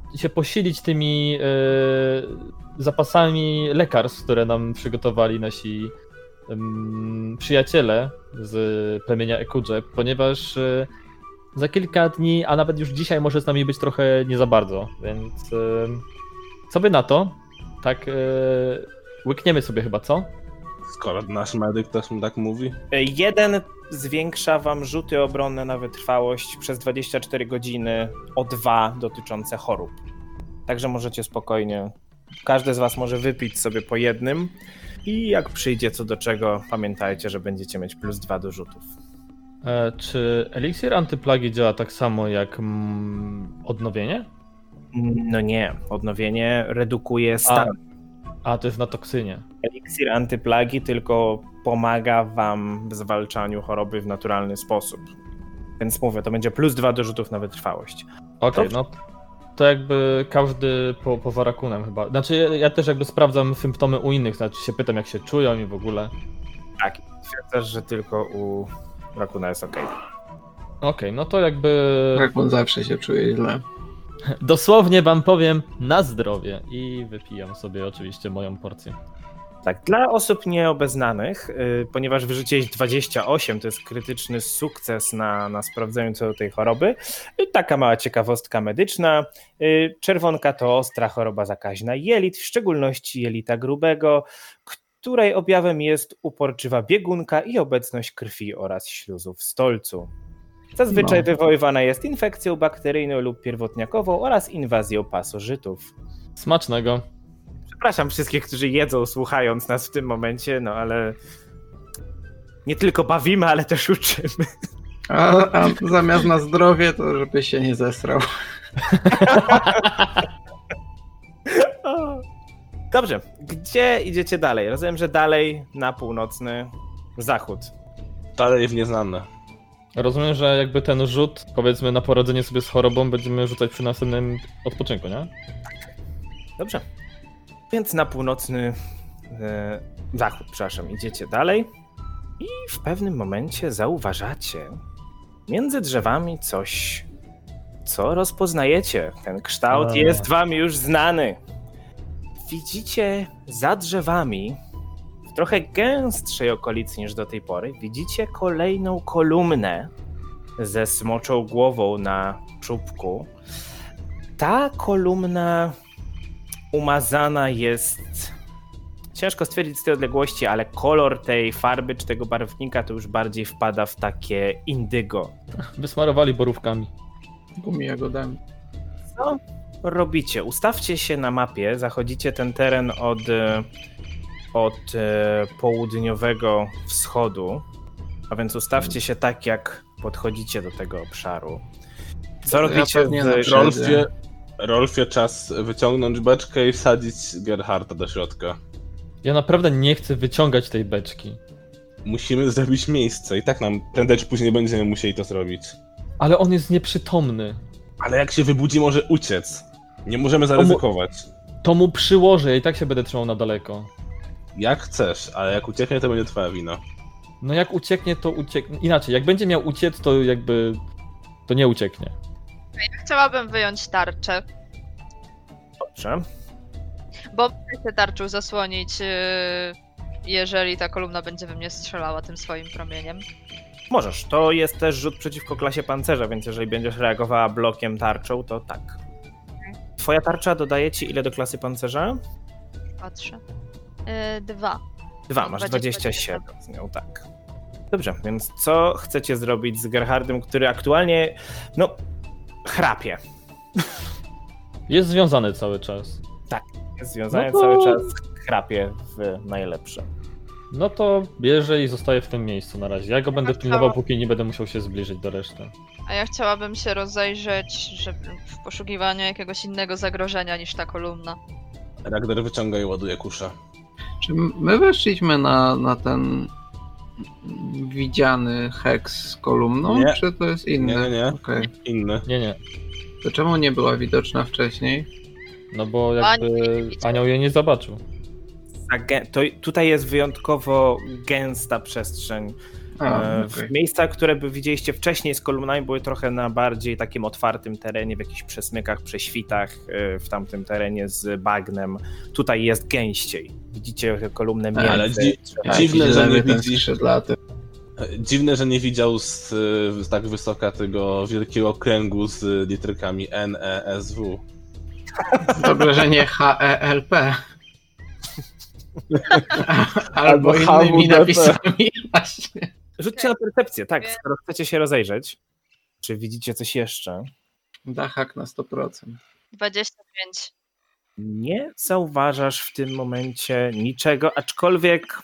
się posilić tymi y, zapasami lekarstw, które nam przygotowali nasi y, przyjaciele z plemienia Ekudże, ponieważ y, za kilka dni, a nawet już dzisiaj może z nami być trochę nie za bardzo, więc y, co by na to? Tak y, łykniemy sobie chyba, co? Skoro nasz medyk też mu tak mówi. Jeden zwiększa wam rzuty obronne na wytrwałość przez dwadzieścia cztery godziny o dwa dotyczące chorób. Także możecie spokojnie, każdy z was może wypić sobie po jednym i jak przyjdzie co do czego, pamiętajcie, że będziecie mieć plus dwa do rzutów. E, czy eliksir antyplagi działa tak samo jak mm, odnowienie? No nie, odnowienie redukuje stan. A, a to jest na toksynie. Eliksir antyplagi tylko pomaga wam w zwalczaniu choroby w naturalny sposób. Więc mówię, to będzie plus dwa do rzutów na wytrwałość. Okej, okay, no to jakby każdy po, po warakunem chyba. Znaczy ja, ja też jakby sprawdzam symptomy u innych, znaczy się pytam jak się czują i w ogóle. Tak, stwierdzasz, że tylko u Rakuna jest okej. Okay. Okej, okay, no to jakby... Rakun zawsze się czuje źle. Dosłownie wam powiem na zdrowie i wypijam sobie oczywiście moją porcję. Tak, dla osób nieobeznanych, yy, ponieważ wyrzuciłeś dwadzieścia osiem, to jest krytyczny sukces na, na sprawdzeniu co do tej choroby. Yy, taka mała ciekawostka medyczna. Yy, czerwonka to ostra choroba zakaźna jelit, w szczególności jelita grubego, której objawem jest uporczywa biegunka i obecność krwi oraz śluzu w stolcu. Zazwyczaj no. wywoływana jest infekcją bakteryjną lub pierwotniakową oraz inwazją pasożytów. Smacznego. Przepraszam wszystkich, którzy jedzą, słuchając nas w tym momencie, no ale nie tylko bawimy, ale też uczymy. A, a zamiast na zdrowie, to żeby się nie zesrał. Dobrze, gdzie idziecie dalej? Rozumiem, że dalej na północny zachód. Dalej w nieznane. Rozumiem, że jakby ten rzut, powiedzmy na poradzenie sobie z chorobą, będziemy rzucać przy następnym odpoczynku, nie? Dobrze. Więc na północny e, zachód, przepraszam, idziecie dalej i w pewnym momencie zauważacie między drzewami coś, co rozpoznajecie. Ten kształt A. jest wam już znany. Widzicie za drzewami, w trochę gęstszej okolicy niż do tej pory, widzicie kolejną kolumnę ze smoczą głową na czubku. Ta kolumna umazana jest, ciężko stwierdzić z tej odległości, ale kolor tej farby czy tego barwnika to już bardziej wpada w takie indygo. Wysmarowali borówkami. Gumi jagodami. Co robicie? Ustawcie się na mapie, zachodzicie ten teren od, od południowego wschodu, a więc ustawcie się tak, jak podchodzicie do tego obszaru. Co ja robicie z Rolfie? Rolfie, czas wyciągnąć beczkę i wsadzić Gerharda do środka. Ja naprawdę nie chcę wyciągać tej beczki. Musimy zrobić miejsce i tak nam prędzej czy później będziemy musieli to zrobić. Ale on jest nieprzytomny. Ale jak się wybudzi, może uciec. Nie możemy zaryzykować. To mu, to mu przyłożę, ja i tak się będę trzymał na daleko. Jak chcesz, ale jak ucieknie, to będzie twoja wina. No jak ucieknie, to ucieknie. Inaczej, jak będzie miał uciec, to jakby... to nie ucieknie. Ja chciałabym wyjąć tarczę. Dobrze. Bo chcę tarczą zasłonić, jeżeli ta kolumna będzie we mnie strzelała tym swoim promieniem. Możesz. To jest też rzut przeciwko klasie pancerza, więc jeżeli będziesz reagowała blokiem tarczą, to tak. Twoja tarcza dodaje ci ile do klasy pancerza? Patrzę. Yy, dwa. Dwa, masz dwadzieścia siedem z nią, tak. Dobrze, więc co chcecie zrobić z Gerhardem, który aktualnie, no, chrapie? Jest związany cały czas. Tak, jest związany no to... cały czas, chrapie w najlepsze. No to bierze i zostaje w tym miejscu na razie. Ja go będę pilnował, póki nie będę musiał się zbliżyć do reszty. A ja chciałabym się rozejrzeć żeby w poszukiwaniu jakiegoś innego zagrożenia niż ta kolumna. Ragnar wyciąga i ładuje kuszę. Czy my weszliśmy na, na ten widziany heks z kolumną, nie. Czy to jest inny? Nie, nie, nie. Okay. Inny. Nie, nie. To czemu nie była widoczna wcześniej? No bo jakby anioł jej nie zobaczył. To tutaj jest wyjątkowo gęsta przestrzeń. A, E, okej. W miejscach, które by widzieliście wcześniej z kolumnami, były trochę na bardziej takim otwartym terenie, w jakichś przesmykach, prześwitach, e, w tamtym terenie z bagnem. Tutaj jest gęściej. Widzicie te kolumny między. Ale dzi- Tak, dziwne, jakiś że nie lewy ten widzi. skrzydlaty. Dziwne, że nie widział z, z tak wysoka tego wielkiego kręgu z literkami N, E, S, W. Dobrze, że nie H E L P. Albo Albo innymi H W D P. napisami. Właśnie. Rzućcie na percepcję, tak, skoro chcecie się rozejrzeć. Czy widzicie coś jeszcze? Dachak na sto procent. dwadzieścia pięć. Nie zauważasz w tym momencie niczego, aczkolwiek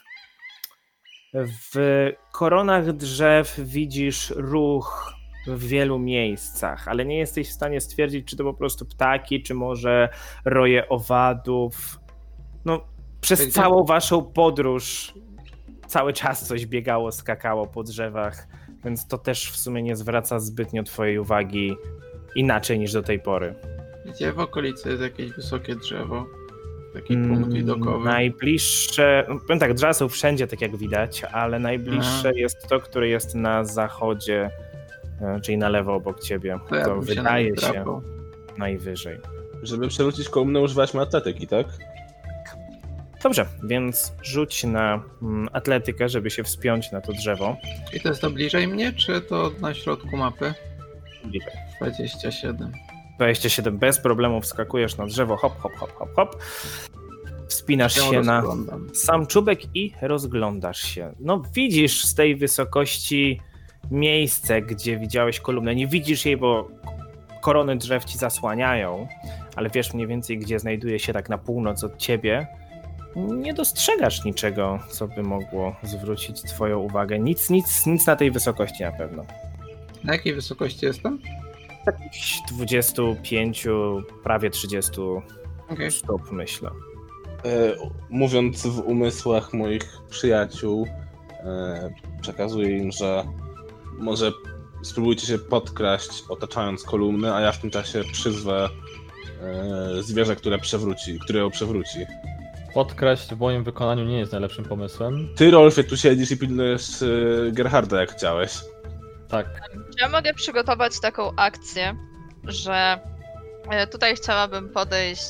w koronach drzew widzisz ruch w wielu miejscach, ale nie jesteś w stanie stwierdzić, czy to po prostu ptaki, czy może roje owadów. No, przez Gdzie? całą waszą podróż cały czas coś biegało, skakało po drzewach, więc to też w sumie nie zwraca zbytnio twojej uwagi inaczej niż do tej pory. Gdzie w okolicy jest jakieś wysokie drzewo? Taki punkt widokowy. Najbliższe, no, powiem tak, drzewa są wszędzie, tak jak widać, ale najbliższe Aha. jest to, które jest na zachodzie, e, czyli na lewo obok ciebie. To ja To bym się wydaje się nadrapał. najwyżej. Żeby przewrócić kolumnę, używaliśmy atletyki, tak? Dobrze, więc rzuć na mm, atletykę, żeby się wspiąć na to drzewo. I to jest to bliżej mnie, czy to na środku mapy? Bliżej. dwadzieścia siedem. dwadzieścia siedem, bez problemu wskakujesz na drzewo, hop, hop, hop, hop, hop. Wspinasz Ja się na rozglądam. sam czubek i rozglądasz się. No widzisz z tej wysokości miejsce, gdzie widziałeś kolumnę. Nie widzisz jej, bo korony drzew ci zasłaniają, ale wiesz mniej więcej, gdzie znajduje się tak na północ od ciebie. Nie dostrzegasz niczego, co by mogło zwrócić twoją uwagę. Nic, nic, nic na tej wysokości na pewno. Na jakiej wysokości jestem? Jakichś dwadzieścia pięć, prawie trzydzieści Okej. stóp, myślę. E, mówiąc w umysłach moich przyjaciół, e, przekazuję im, że może spróbujcie się podkraść, otaczając kolumnę, a ja w tym czasie przyzwę e, zwierzę, które przewróci, które ją przewróci. Podkraść w moim wykonaniu nie jest najlepszym pomysłem. Ty, Rolfie, tu siedzisz i pilnujesz e, Gerharda, jak chciałeś. Tak, Czy ja mogę przygotować taką akcję, że e, tutaj chciałabym podejść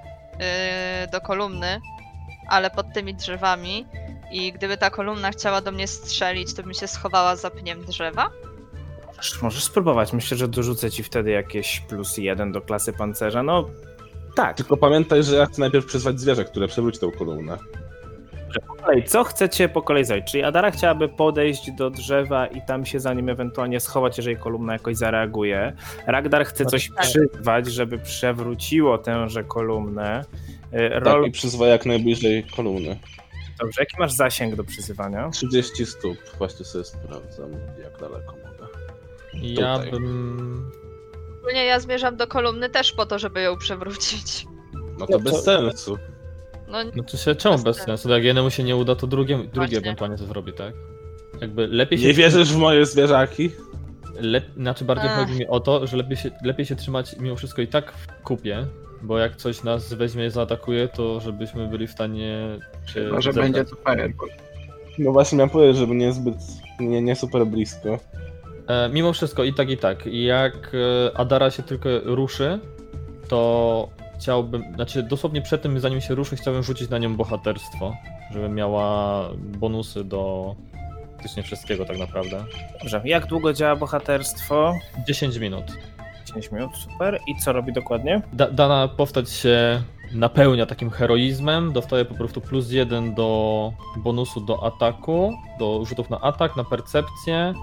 e, do kolumny, ale pod tymi drzewami i gdyby ta kolumna chciała do mnie strzelić, to bym się schowała za pniem drzewa? Możesz, możesz spróbować. Myślę, że dorzucę ci wtedy jakieś plus jeden do klasy pancerza. No tak. Tylko pamiętaj, że ja chcę najpierw przyzwać zwierzę, które przewróci tą kolumnę. Po kolei, co chcecie po kolei zrobić? Czyli Adara chciałaby podejść do drzewa i tam się za nim ewentualnie schować, jeżeli kolumna jakoś zareaguje. Ragdar chce coś tak. przyzwać, żeby przewróciło tęże kolumnę. Y, Tak, Rol... i przyzwę jak najbliżej kolumny. Dobrze, jaki masz zasięg do przyzywania? trzydzieści stóp. Właśnie sobie sprawdzam, jak daleko mogę. ja Tutaj. bym... Ogólnie ja zmierzam do kolumny też po to, żeby ją przewrócić. No to No bez to- sensu. No, No to się czemu bez sensu? Jak jednemu się nie uda, to drugie, drugie Właśnie. ewentualnie to zrobi, tak? Jakby lepiej się... Nie wierzysz w moje zwierzaki? Lep... Znaczy bardziej Ech. chodzi mi o to, że lepiej się, lepiej się trzymać mimo wszystko i tak w kupie, bo jak coś nas weźmie i zaatakuje, to żebyśmy byli w stanie się Chyba, że zebrać. będzie to fireball. No właśnie miałem powiedzieć, żeby nie zbyt, nie, nie super blisko. E, mimo wszystko i tak i tak. I jak e, Adara się tylko ruszy, to chciałbym, znaczy dosłownie przed tym, zanim się ruszy, chciałbym rzucić na nią bohaterstwo, żeby miała bonusy do praktycznie wszystkiego tak naprawdę. Dobrze, jak długo działa bohaterstwo? dziesięć minut. dziesięć minut, super. I co robi dokładnie? Da, dana postać się napełnia takim heroizmem, dostaje po prostu plus jeden do bonusu do ataku, do rzutów na atak, na percepcję,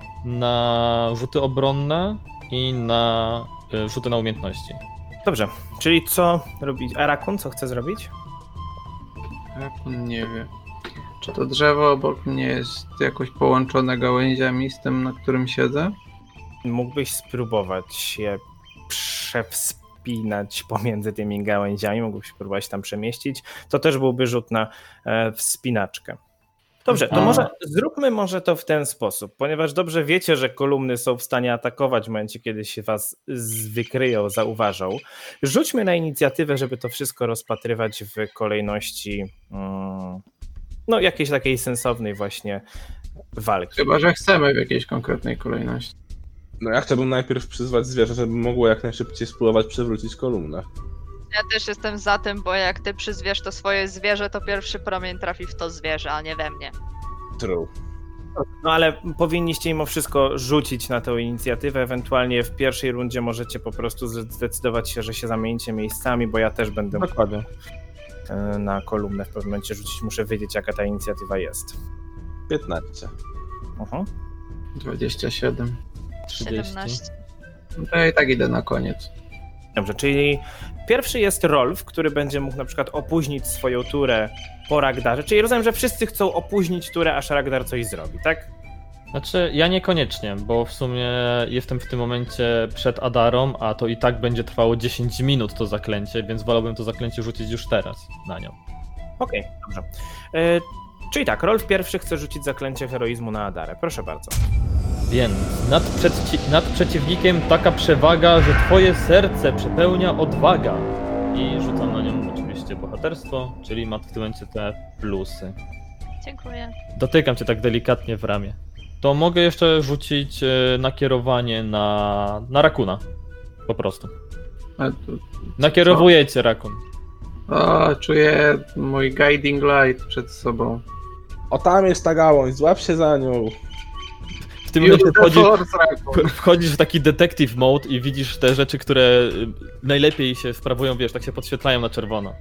na rzuty obronne i na y, rzuty na umiejętności. Dobrze, czyli co robić? Arakun, co chce zrobić? Jak on nie wie. Czy to drzewo obok mnie jest jakoś połączone gałęziami z tym, na którym siedzę? Mógłbyś spróbować się przewspinać pomiędzy tymi gałęziami, mógłbyś spróbować tam przemieścić. To też byłby rzut na e, wspinaczkę. Dobrze, to A. może zróbmy może to w ten sposób, ponieważ dobrze wiecie, że kolumny są w stanie atakować w momencie, kiedy się was z- wykryją, zauważą. Rzućmy na inicjatywę, żeby to wszystko rozpatrywać w kolejności mm, no jakiejś takiej sensownej właśnie walki. Chyba, że chcemy w jakiejś konkretnej kolejności. No ja chciałbym najpierw przyzwać zwierzę, żeby mogło jak najszybciej spróbować przewrócić kolumnę. Ja też jestem za tym, bo jak ty przyzwiesz to swoje zwierzę, to pierwszy promień trafi w to zwierzę, a nie we mnie. True. No ale powinniście mimo wszystko rzucić na tę inicjatywę, ewentualnie w pierwszej rundzie możecie po prostu zdecydować się, że się zamienicie miejscami, bo ja też będę Dokładnie. e, na kolumnę w pewnym momencie rzucić, muszę wiedzieć jaka ta inicjatywa jest. piętnaście. Uh-huh. dwadzieścia siedem. trzydzieści. siedemnaście. No to ja i tak idę na koniec. Dobrze, czyli pierwszy jest Rolf, który będzie mógł na przykład opóźnić swoją turę po Ragdarze, czyli rozumiem, że wszyscy chcą opóźnić turę, aż Ragdar coś zrobi, tak? Znaczy, ja niekoniecznie, bo w sumie jestem w tym momencie przed Adarą, a to i tak będzie trwało dziesięć minut to zaklęcie, więc wolałbym to zaklęcie rzucić już teraz na nią. Okej, okay, dobrze. E, czyli tak, Rolf pierwszy chce rzucić zaklęcie heroizmu na Adarę, proszę bardzo. Więc nad, przeci- nad przeciwnikiem taka przewaga, że twoje serce przepełnia odwaga. I rzucam na nią oczywiście bohaterstwo, czyli ma w tym momencie te plusy. Dziękuję. Dotykam cię tak delikatnie w ramię. To mogę jeszcze rzucić e, nakierowanie na, na rakuna. Po prostu. A tu... Nakierowuję cię, rakun. O, czuję mój guiding light przed sobą. O, tam jest ta gałąź, złap się za nią. W tym momencie Use the wchodzi, force, Rakun. wchodzisz w taki detective mode i widzisz te rzeczy, które y, najlepiej się sprawują, wiesz, tak się podświetlają na czerwono.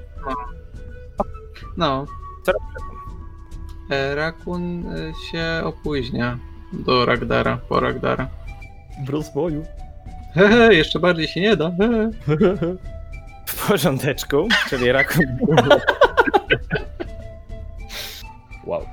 No. Co E, Rakun e, się opóźnia do Ragdara, po Ragdara. W rozwoju. Hehe, jeszcze bardziej się nie da. Hehe. W porządeczku, czyli Rakun. Wow.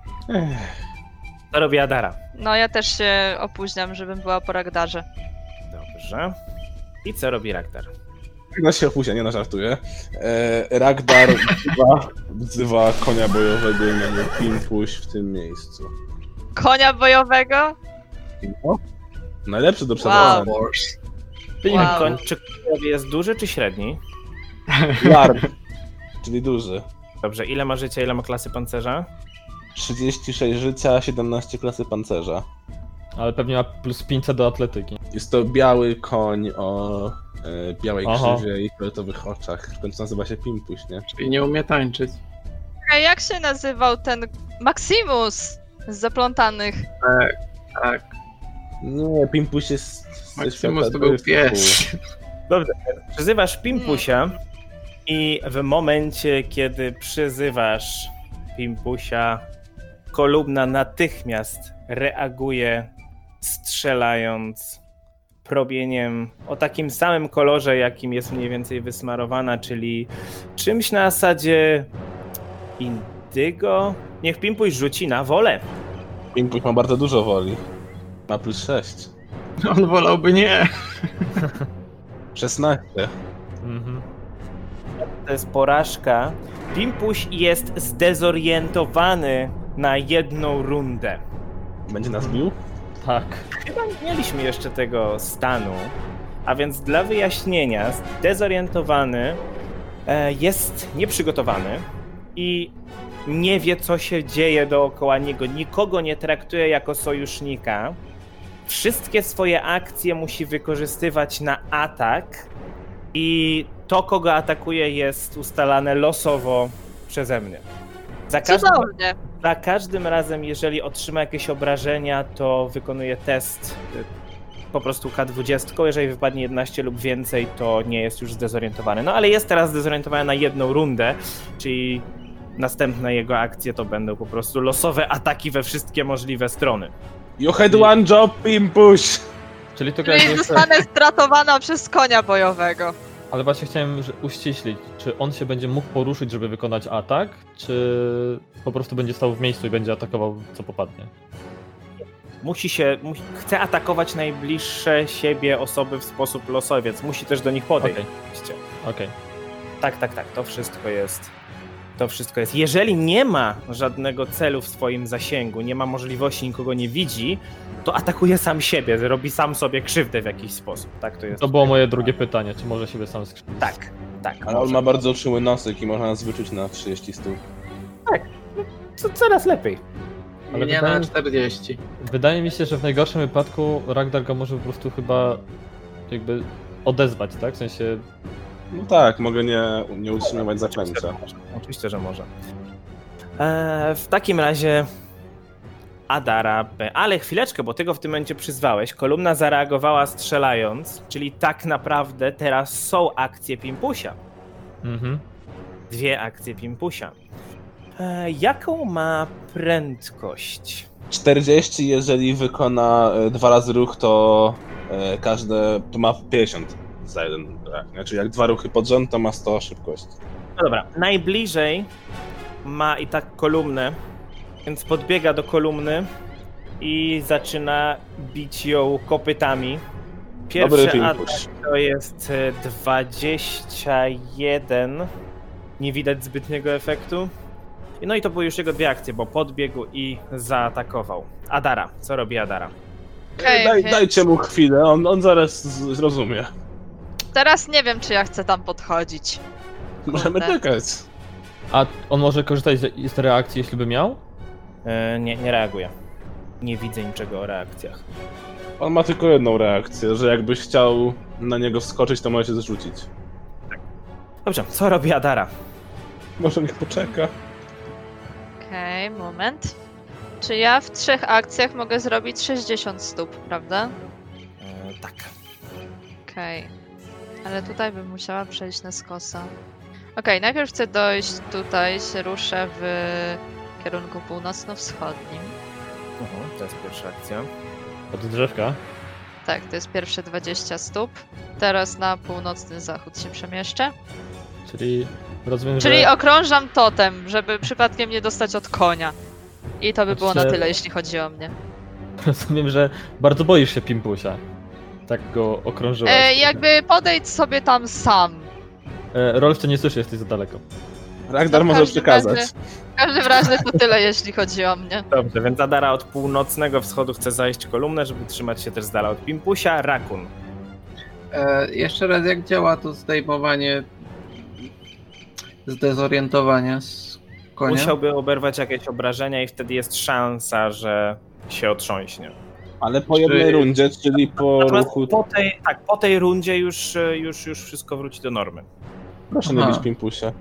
Co robi Adara? No ja też się opóźniam, żebym była po Ragdarze. Dobrze. I co robi Ragdar? No się opóźnia, nie no, żartuję. E, Ragdar wzywa, wzywa konia bojowego imieniem Pimpuś w tym miejscu. Konia bojowego? No. Najlepszy do przeprowadzenia. Wow. Koń, czy koń jest duży czy średni? Lark, czyli duży. Dobrze, ile ma życia, ile ma klasy pancerza? trzydzieści sześć życia, siedemnaście klasy pancerza. Ale pewnie ma plus pięćset do atletyki. Jest to biały koń o e, białej Aha. krzywie i fioletowych oczach. W końcu nazywa się Pimpuś, nie? Czyli nie umie tańczyć. A jak się nazywał ten Maximus z zaplątanych? Tak, tak. Nie, Pimpuś jest... ze Maximus świata to był dysku. pies. Dobrze, przyzywasz Pimpusia i w momencie, kiedy przyzywasz Pimpusia, kolumna natychmiast reaguje, strzelając promieniem o takim samym kolorze, jakim jest mniej więcej wysmarowana, czyli czymś na zasadzie indygo. Niech Pimpuś rzuci na wolę. Pimpuś ma bardzo dużo woli. Ma plus sześć. On wolałby nie. szesnaście. Mhm. To jest porażka. Pimpuś jest zdezorientowany na jedną rundę. Będzie nas bił? Tak. Chyba nie mieliśmy jeszcze tego stanu, a więc dla wyjaśnienia, zdezorientowany e, jest nieprzygotowany i nie wie, co się dzieje dookoła niego. Nikogo nie traktuje jako sojusznika. Wszystkie swoje akcje musi wykorzystywać na atak i to, kogo atakuje, jest ustalane losowo przeze mnie. Za każdym, Cudownie. za każdym razem, jeżeli otrzyma jakieś obrażenia, to wykonuje test y, po prostu K dwadzieścia. Jeżeli wypadnie jedenaście lub więcej, to nie jest już zdezorientowany. No ale jest teraz zdezorientowany na jedną rundę, czyli następne jego akcje to będą po prostu losowe ataki we wszystkie możliwe strony. You had one job, Pimpuś! Czyli to Czyli jakby... zostanę stratowana przez konia bojowego. Ale właśnie chciałem że- uściślić, czy on się będzie mógł poruszyć, żeby wykonać atak, czy po prostu będzie stał w miejscu i będzie atakował co popadnie? Musi się, musi, chce atakować najbliższe siebie osoby w sposób losowy, więc musi też do nich podejść. Okej. oczywiście. Okej. Tak, tak, tak, to wszystko jest. To wszystko jest. Jeżeli nie ma żadnego celu w swoim zasięgu, nie ma możliwości, nikogo nie widzi, to atakuje sam siebie, robi sam sobie krzywdę w jakiś sposób. Tak to jest. To było moje drugie pytanie, czy może siebie sam skrzywdzić? Tak, tak. Ale on może. ma bardzo czuły nosek i można nas wyczuć na trzydzieści stóp. Co, coraz lepiej. Ale Nie wydaje, na czterdzieści. wydaje mi się, że w najgorszym wypadku Ragnar go może po prostu chyba jakby odezwać, tak? W sensie... No tak, mogę nie, nie utrzymywać zaklęcia. Oczywiście, że może. Eee, w takim razie Adara B. Ale chwileczkę, bo ty go w tym momencie przyzwałeś. Kolumna zareagowała strzelając, czyli tak naprawdę teraz są akcje Pimpusia. Mhm. Dwie akcje Pimpusia. Eee, jaką ma prędkość? czterdzieści, jeżeli wykona e, dwa razy ruch, to e, każde, to ma pięćdziesiąt za jeden ruch. Znaczy jak dwa ruchy pod rząd, to ma sto szybkości. No dobra, najbliżej ma i tak kolumnę, więc podbiega do kolumny i zaczyna bić ją kopytami. Dobry Pierwszy atak Pimpuś. to jest e, dwadzieścia jeden. Nie widać zbytniego efektu. No i to były już jego dwie akcje, bo podbiegł i zaatakował. Adara, co robi Adara? Okej, Daj, więc Dajcie mu chwilę, on, on zaraz z- zrozumie. teraz nie wiem, czy ja chcę tam podchodzić. Możemy Kurde. czekać. A on może korzystać z, z reakcji, jeśli by miał? E, nie, nie reaguje. Nie widzę niczego o reakcjach. On ma tylko jedną reakcję, że jakbyś chciał na niego wskoczyć, to może się zrzucić. Dobrze, co robi Adara? Może niech poczeka. Okej, moment. Czy ja w trzech akcjach mogę zrobić sześćdziesiąt stóp, prawda? E, tak. Okej. Ale tutaj bym musiała przejść na skosa. Okej, najpierw chcę dojść tutaj, się ruszę w kierunku północno-wschodnim. Mhm, to jest pierwsza akcja. Od drzewka? Tak, to jest pierwsze dwadzieścia stóp. Teraz na północny zachód się przemieszczę. Czyli rozumiem, Czyli że... okrążam totem, żeby przypadkiem nie dostać od konia. I to by było na Znaczy- tyle, jeśli chodzi o mnie. Rozumiem, że bardzo boisz się Pimpusia. Tak go okrążyłaś. E, jakby podejdź sobie tam sam. E, Rolf cię nie słyszy, jesteś za daleko. Ragnar No, w może każdym przekazać. razie- W każdym razie to tyle, jeśli chodzi o mnie. Dobrze, więc Adara od północnego wschodu chce zajść kolumnę, żeby trzymać się też z dala od Pimpusia. Rakun. E, jeszcze raz, jak działa to zdejmowanie zdezorientowania z konia? Musiałby oberwać jakieś obrażenia i wtedy jest szansa, że się otrząśnie. Ale po Czy- jednej rundzie, czyli po Natomiast ruchu... po tej, tak, po tej rundzie już, już, już wszystko wróci do normy. Proszę nie Aha. bić Pimpusia.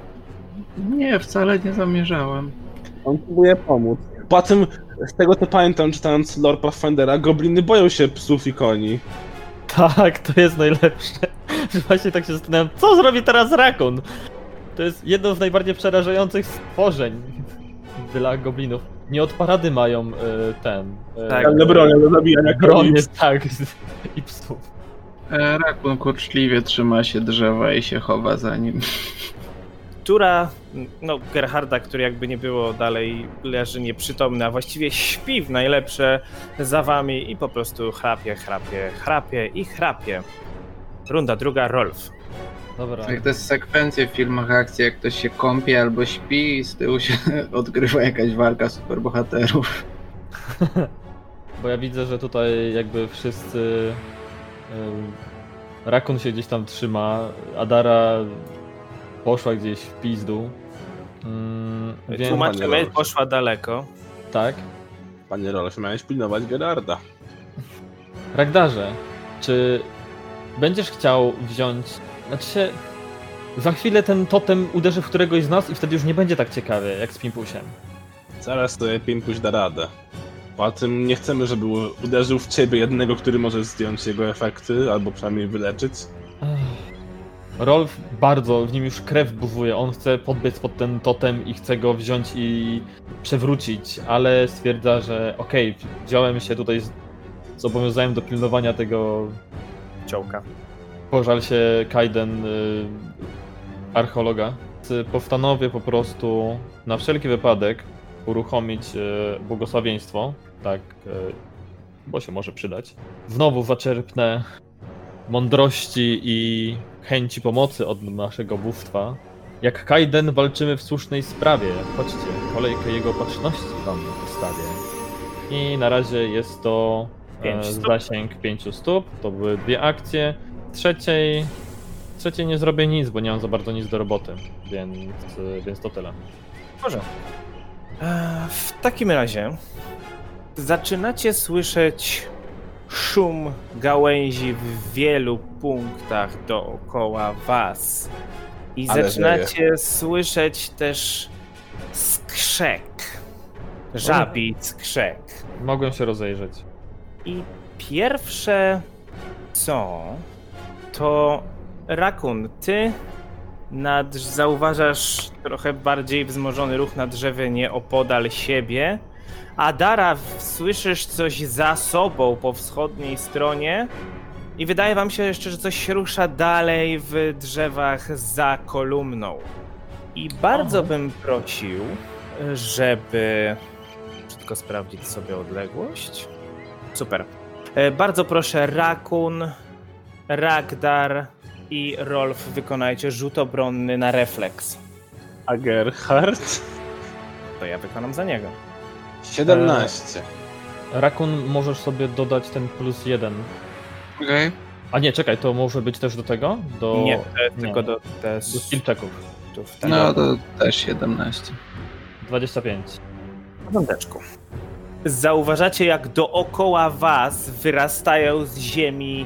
Nie, wcale nie zamierzałem. On próbuje pomóc. Po tym, z tego co pamiętam, czytając lore Pathfindera, gobliny boją się psów i koni. Tak, to jest najlepsze. Że Właśnie tak się zastanawiam, co zrobi teraz Rakun? To jest jedno z najbardziej przerażających stworzeń dla goblinów. Nie od parady mają e, ten... E, Tak, Ale bronią do zabijania bronię, koni. tak, i psów. E, Rakun kurczliwie trzyma się drzewa i się chowa za nim. Która, no Gerharda, który jakby nie było dalej leży nieprzytomny, a właściwie śpi w najlepsze za wami i po prostu chrapie, chrapie, chrapie i chrapie. Runda druga, Rolf. Dobra. Jak to jest sekwencja w filmach akcji, jak ktoś się kąpie albo śpi i z tyłu się odgrywa jakaś walka superbohaterów. Bo ja widzę, że tutaj jakby wszyscy... ym, Rakun się gdzieś tam trzyma, Adara poszła gdzieś w pizdu. Ym, więc, Tłumaczymy, Rolf. poszła daleko. tak. Panie Rolf, miałeś pilnować Gerarda. Ragdarze, czy będziesz chciał wziąć... Znaczy się... Za chwilę ten totem uderzy w któregoś z nas i wtedy już nie będzie tak ciekawie jak z Pimpusiem. Zaraz sobie Pimpuś da radę. Poza tym nie chcemy, żeby uderzył w ciebie jednego, który może zdjąć jego efekty, albo przynajmniej wyleczyć. Ech. Rolf bardzo, w nim już krew buzuje, on chce podbiec pod ten totem i chce go wziąć i przewrócić, ale stwierdza, że okej, wziąłem się tutaj, z- zobowiązałem do pilnowania tego, Ciołka. pożal się Kaiden, y, archeologa. Więc Postanowię po prostu na wszelki wypadek uruchomić y, błogosławieństwo, tak, y, bo się może przydać. Znowu zaczerpnę mądrości i chęci pomocy od naszego bóstwa. Jak Kaiden walczymy w słusznej sprawie. Chodźcie, kolejkę jego opatrzności wam postawię. I na razie jest to Pięć e, stóp. zasięg pięciu stóp. To były dwie akcje. Trzeciej, trzeciej nie zrobię nic, bo nie mam za bardzo nic do roboty, więc, e, więc to tyle. Może. W takim razie zaczynacie słyszeć szum gałęzi w wielu punktach dookoła was. I Ale zaczynacie wieje. słyszeć też skrzek. Żabi skrzek. Mogłem się rozejrzeć. I pierwsze co, to Rakun, ty nad, zauważasz trochę bardziej wzmożony ruch na drzewie nieopodal siebie, a Dara, słyszysz coś za sobą po wschodniej stronie i wydaje wam się jeszcze, że coś się rusza dalej w drzewach za kolumną. I bardzo Aha. bym prosił, żeby tylko sprawdzić sobie odległość. Super. E, Bardzo proszę, Rakun, Ragdar i Rolf, wykonajcie rzut obronny na refleks. A Gerhard? To ja wykonam za niego. siedemnaście. Rakun, możesz sobie dodać ten plus jeden. Okej. A nie, czekaj, to może być też do tego? Do... Nie, to jest nie. tylko do Do testów. skill checków. Tak. No to też siedemnaście. dwadzieścia pięć. W porządeczku. Zauważacie, jak dookoła was wyrastają z ziemi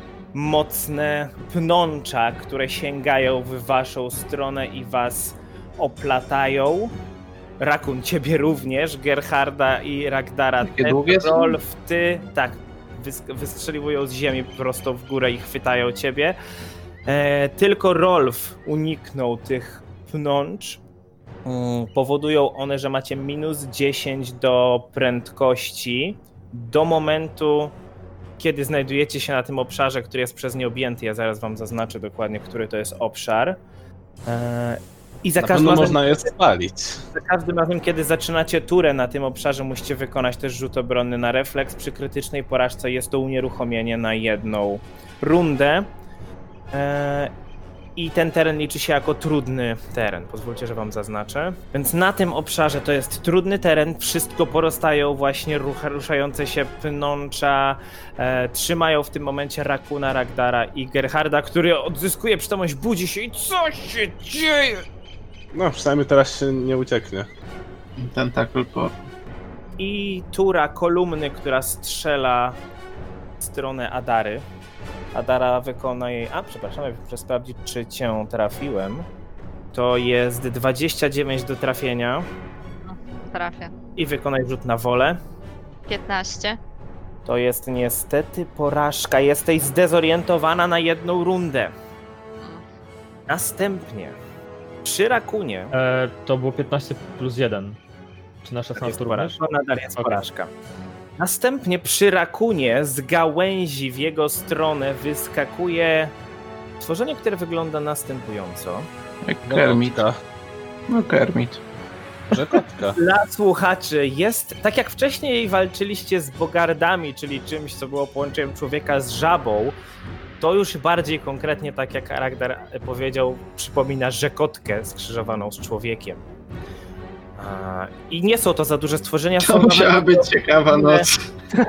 mocne pnącza, które sięgają w waszą stronę i was oplatają. Rakun, ciebie również, Gerharda i Ragdara. Takie Te, długie są? Rolf, ty, tak, wysk- wystrzeliwują z ziemi prosto w górę i chwytają ciebie. E, tylko Rolf uniknął tych pnącz. Mm, Powodują one, że macie minus dziesięć do prędkości do momentu, kiedy znajdujecie się na tym obszarze, który jest przez nie objęty. Ja zaraz wam zaznaczę dokładnie, który to jest obszar. E, I za Na każdym, pewno razem, można je spalić. za każdym razem, kiedy zaczynacie turę na tym obszarze, musicie wykonać też rzut obronny na refleks. Przy krytycznej porażce jest to unieruchomienie na jedną rundę. E, I ten teren liczy się jako trudny teren. Pozwólcie, że wam zaznaczę. Więc na tym obszarze to jest trudny teren. Wszystko porostają właśnie rucha, ruszające się pnącza. E, trzymają w tym momencie Rakuna, Ragdara i Gerharda, który odzyskuje przytomność, budzi się i co się dzieje? No, przynajmniej teraz się nie ucieknie. Tentacle po... I tura kolumny, która strzela w stronę Adary. Adara wykona jej... A, przepraszam, ja muszę sprawdzić, czy cię trafiłem. To jest dwadzieścia dziewięć do trafienia Trafię. i wykonaj rzut na wolę. piętnaście. To jest niestety porażka. Jesteś zdezorientowana na jedną rundę. Następnie przy Rakunie E, to było piętnaście plus jeden. Czy na jest szesnaście również? porażka. Nadal jest Okej. porażka. Następnie przy Rakunie z gałęzi w jego stronę wyskakuje stworzenie, które wygląda następująco. Jak Kermit. Kotka. No Kermit. Że kotka. Dla słuchaczy jest, tak jak wcześniej walczyliście z bogardami, czyli czymś, co było połączeniem człowieka z żabą, to już bardziej konkretnie, tak jak Ragdar powiedział, przypomina rzekotkę skrzyżowaną z człowiekiem. A, I nie są to za duże stworzenia. To są musiała nawet- być ciekawa noc.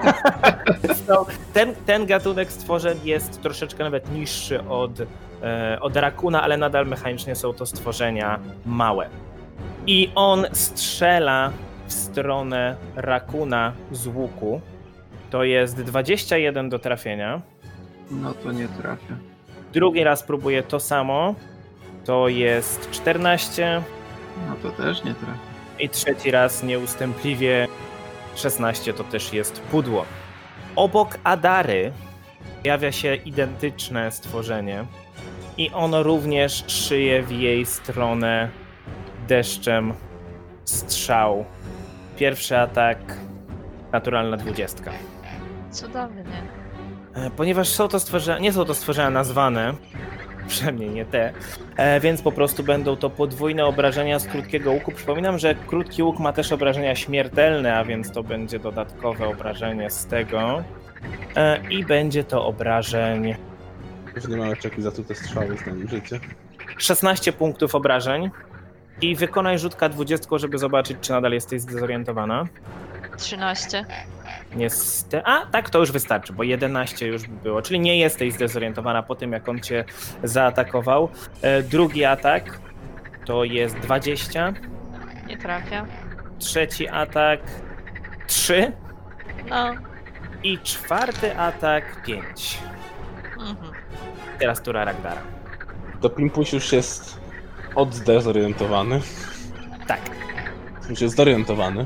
są- ten, ten gatunek stworzeń jest troszeczkę nawet niższy od, e, od Rakuna, ale nadal mechanicznie są to stworzenia małe. I on strzela w stronę Rakuna z łuku. To jest dwadzieścia jeden do trafienia. No to nie trafię. Drugi raz próbuje to samo. To jest czternaście. No to też nie trafię. I trzeci raz nieustępliwie szesnaście, to też jest pudło. Obok Adary pojawia się identyczne stworzenie i ono również szyje w jej stronę deszczem strzał. Pierwszy atak, naturalna dwudziestka. Cudownie. E, Ponieważ są to stworzenia, nie są to stworzenia nazwane, przynajmniej nie te, e, więc po prostu będą to podwójne obrażenia z krótkiego łuku. Przypominam, że krótki łuk ma też obrażenia śmiertelne, a więc to będzie dodatkowe obrażenie z tego. E, I będzie to obrażeń Już nie mamy czeki za te strzały z nami życie. szesnaście punktów obrażeń. I wykonaj rzutka dwudziestką, żeby zobaczyć, czy nadal jesteś zdezorientowana. trzynaście. Niestety. A, tak, to już wystarczy, bo jedenaście już było, czyli nie jesteś zdezorientowana po tym, jak on cię zaatakował. E, drugi atak to jest dwadzieścia. Nie trafia. trzeci atak trzy No. i czwarty atak pięć. Mhm. Teraz tura Ragdara. To Pimpuś już jest oddezorientowany. Tak. Już jest zorientowany.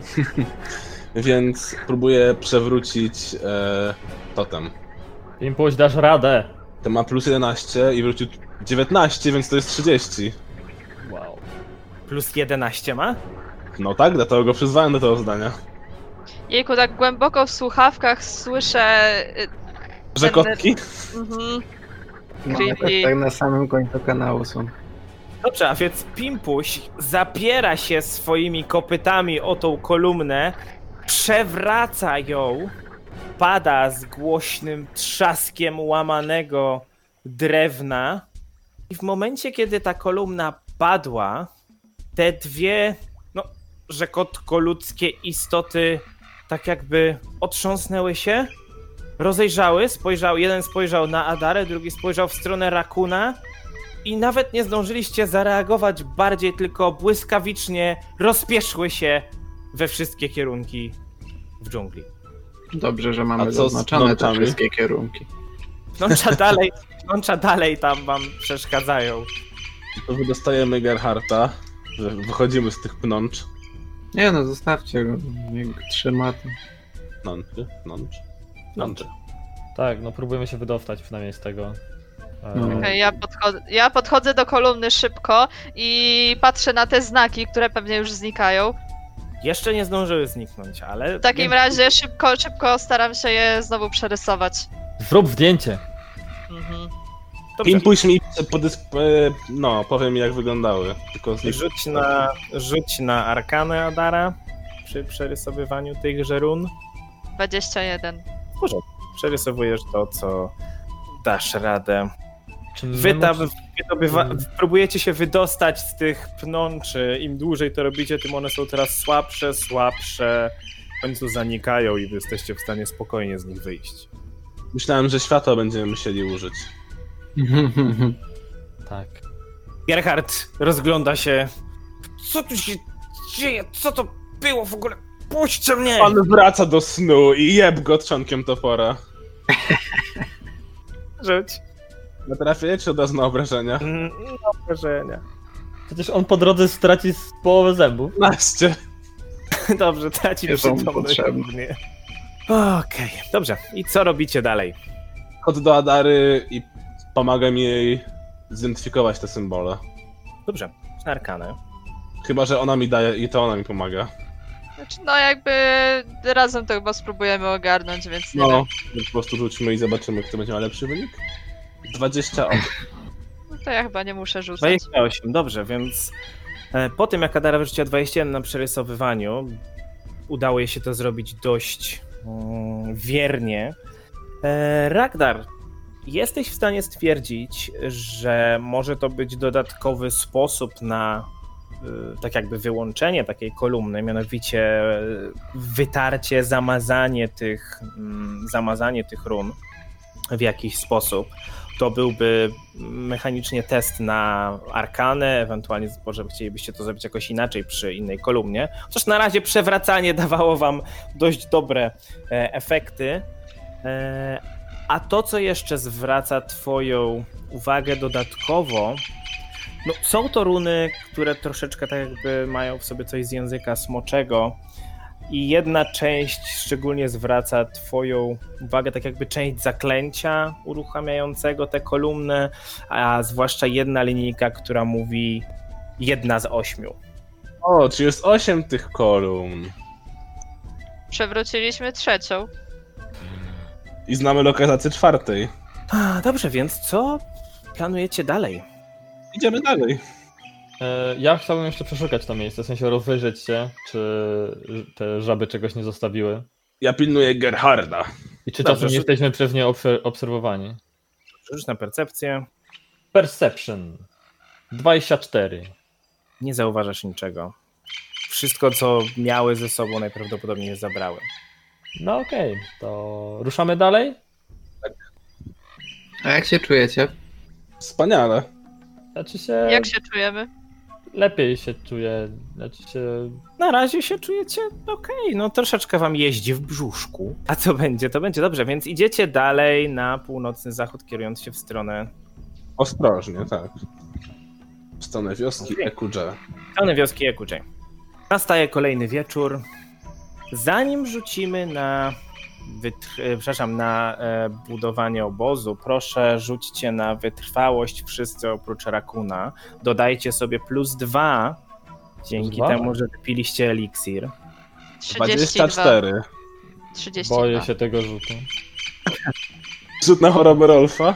Więc próbuję przewrócić e, totem. Impuś, dasz radę. Ten ma plus jedenaście i wrócił dziewiętnaście, więc to jest trzydzieści. Wow. Plus jedenaście ma? No tak, dlatego go przyzwałem do tego zdania. Jejku, tak głęboko w słuchawkach słyszę... y, Że Ten- kotki? Mhm. No, Creepy. jakoś tak na samym końcu kanału są. Dobrze, a więc Pimpuś zapiera się swoimi kopytami o tą kolumnę, przewraca ją, pada z głośnym trzaskiem łamanego drewna i w momencie, kiedy ta kolumna padła, te dwie, no, rzekotko-ludzkie istoty tak jakby otrząsnęły się, rozejrzały, spojrzał, jeden spojrzał na Adarę, drugi spojrzał w stronę Rakuna i nawet nie zdążyliście zareagować bardziej, tylko błyskawicznie rozpieszły się we wszystkie kierunki w dżungli. Dobrze, że A mamy co z zaznaczone te pnączami? wszystkie kierunki. Pnącza dalej, pnącza dalej tam wam przeszkadzają. To wydostajemy Gerharta, że wychodzimy z tych pnącz. Nie no, zostawcie go, niech go trzyma. To... Pnączy, pnącz, Pnączy. Tak, no próbujemy się wydostać przynajmniej z tego. E, No. Okej, ja, podchodzę, ja podchodzę do kolumny szybko i patrzę na te znaki, które pewnie już znikają. Jeszcze nie zdążyły zniknąć, ale... W takim razie szybko, szybko staram się je znowu przerysować. Zrób zdjęcie. Mhm. Dobrze. Pimpuś mi podys... e, no, powiem jak wyglądały. Tylko z nich... Rzuć na, rzuć na arkanę Adara przy przerysowywaniu tychże run. dwadzieścia jeden. W porządku. Przerysowujesz to, co dasz radę. Czy my Wy tam może- wydobywa- próbujecie się wydostać z tych pnączy. Im dłużej to robicie, tym one są coraz słabsze, słabsze. W końcu zanikają i wy jesteście w stanie spokojnie z nich wyjść. Myślałem, że światła będziemy musieli użyć. Tak. Gerhard rozgląda się. Co tu się dzieje? Co to było w ogóle? Puśćcie mnie! Pan wraca do snu i jeb go trzonkiem topora. Rzuć. Na trafię czy od razu na obrażenia? Mm, no, wrażenia. Przecież on po drodze straci z połowę zębów. piętnaście. Dobrze, traci Nie są przytomność. potrzebne. Okej, dobrze. I co robicie dalej? Chod do Adary i pomagam jej zidentyfikować te symbole. Dobrze, na arkanę. Chyba, że ona mi daje i to ona mi pomaga. Znaczy, no jakby razem to chyba spróbujemy ogarnąć, więc nie No, wiem. więc po prostu rzućmy i zobaczymy, kto będzie miał lepszy wynik. dwadzieścia osiem. No to ja chyba nie muszę rzucać. dwadzieścia osiem, dobrze, więc e, po tym jak Adara wyrzuciła dwadzieścia jeden na przerysowywaniu, udało jej się to zrobić dość mm, wiernie. E, Ragnar, jesteś w stanie stwierdzić, że może to być dodatkowy sposób na e, tak jakby wyłączenie takiej kolumny, mianowicie e, wytarcie, zamazanie tych, mm, zamazanie tych run w jakiś sposób. To byłby mechanicznie test na arkanę, ewentualnie może chcielibyście to zrobić jakoś inaczej przy innej kolumnie. Chociaż na razie przewracanie dawało wam dość dobre e, efekty. E, a to, co jeszcze zwraca twoją uwagę dodatkowo, no, są to runy, które troszeczkę tak jakby mają w sobie coś z języka smoczego. I jedna część szczególnie zwraca twoją uwagę, tak jakby część zaklęcia uruchamiającego tę kolumnę, a zwłaszcza jedna linijka, która mówi jedna z ośmiu. O, czy jest osiem tych kolumn. Przewróciliśmy trzecią. I znamy lokalizację czwartej. A, dobrze, więc co planujecie dalej? Idziemy dalej. E, ja chciałbym jeszcze przeszukać to miejsce, w sensie rozejrzeć się, czy te żaby czegoś nie zostawiły. Ja pilnuję Gerharda. I czy Dobrze, czasem nie że- jesteśmy przez nie obser- obserwowani. Rzuć na percepcję, Perception. dwadzieścia cztery. nie zauważasz niczego. Wszystko, co miały ze sobą, najprawdopodobniej je zabrały. No okej, to ruszamy dalej? A jak się czujecie? Wspaniale. Znaczy się... Jak się czujemy? lepiej się czuję. Znaczy się... Na razie się czujecie okej, no troszeczkę wam jeździ w brzuszku. A co będzie, to będzie dobrze, więc idziecie dalej na północny zachód, kierując się w stronę, Ostrożnie, tak. W stronę wioski Okej. Ekudże. w stronę wioski Ekudżej. Nastaje kolejny wieczór. Zanim rzucimy na, wytr- e, przepraszam, na e, budowanie obozu, proszę rzućcie na wytrwałość wszyscy oprócz Rakuna. Dodajcie sobie plus dwa, dzięki dwa? temu, że wypiliście eliksir. trzydzieści dwa. dwadzieścia cztery. trzydzieści dwa. Boję się tego rzutu. Rzut na chorobę Rolfa.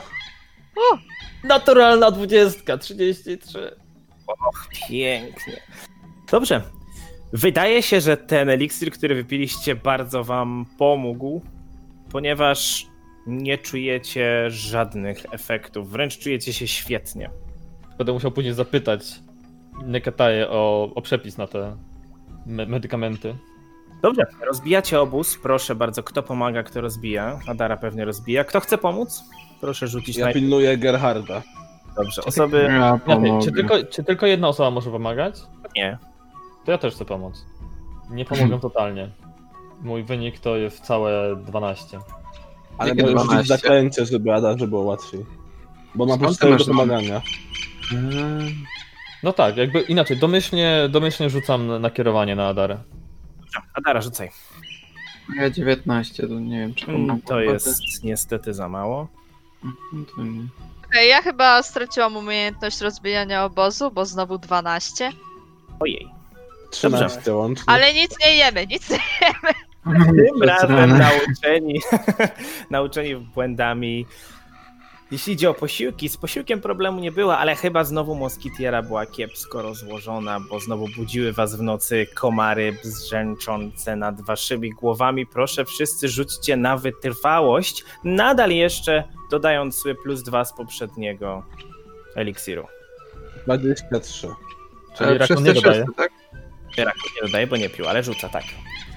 Naturalna dwudziestka, trzydzieści trzy. Pięknie. Dobrze. Wydaje się, że ten eliksir, który wypiliście, bardzo wam pomógł, ponieważ nie czujecie żadnych efektów. Wręcz czujecie się świetnie. Będę musiał później zapytać Nekataje o, o przepis na te me- medykamenty. Dobrze. Rozbijacie obóz. Proszę bardzo, kto pomaga, kto rozbija. Adara pewnie rozbija. Kto chce pomóc? Proszę rzucić Ja na... pilnuję Gerharda. Dobrze. Osoby... Ja Ja, pomogę. czy, tylko, czy tylko jedna osoba może pomagać? Nie. To ja też chcę pomóc. Nie pomogę totalnie. Mój wynik to jest całe dwanaście. Ale Jakie możesz rzucić dwanaście? zaklęcie, żeby Adarze było łatwiej. Bo ma Skąd plus ty cztery do masz pomagania. Mm, No tak, jakby inaczej, domyślnie, domyślnie rzucam nakierowanie na Adarę. Adara, rzucaj. Ja dziewiętnaście, to nie wiem, czy Mm, pomogło. To jest niestety za mało. Mm, to nie. Okej, ja chyba straciłam umiejętność rozbijania obozu, bo znowu dwanaście. Ojej. trzynaście łącznie. Ale nic nie jemy, nic nie Tym razem Zdecydowanie. nauczeni, nauczeni błędami. Jeśli idzie o posiłki, z posiłkiem problemu nie było, ale chyba znowu moskitiera była kiepsko rozłożona, bo znowu budziły was w nocy komary brzęczące nad waszymi głowami. Proszę wszyscy rzućcie na wytrwałość, nadal jeszcze dodając sobie plus dwa z poprzedniego eliksiru. dwadzieścia trzy. Czyli Ale Rakun wszyscy, nie dodaje. wszyscy, tak? Raku nie dodaje, bo nie pił, ale rzuca tak.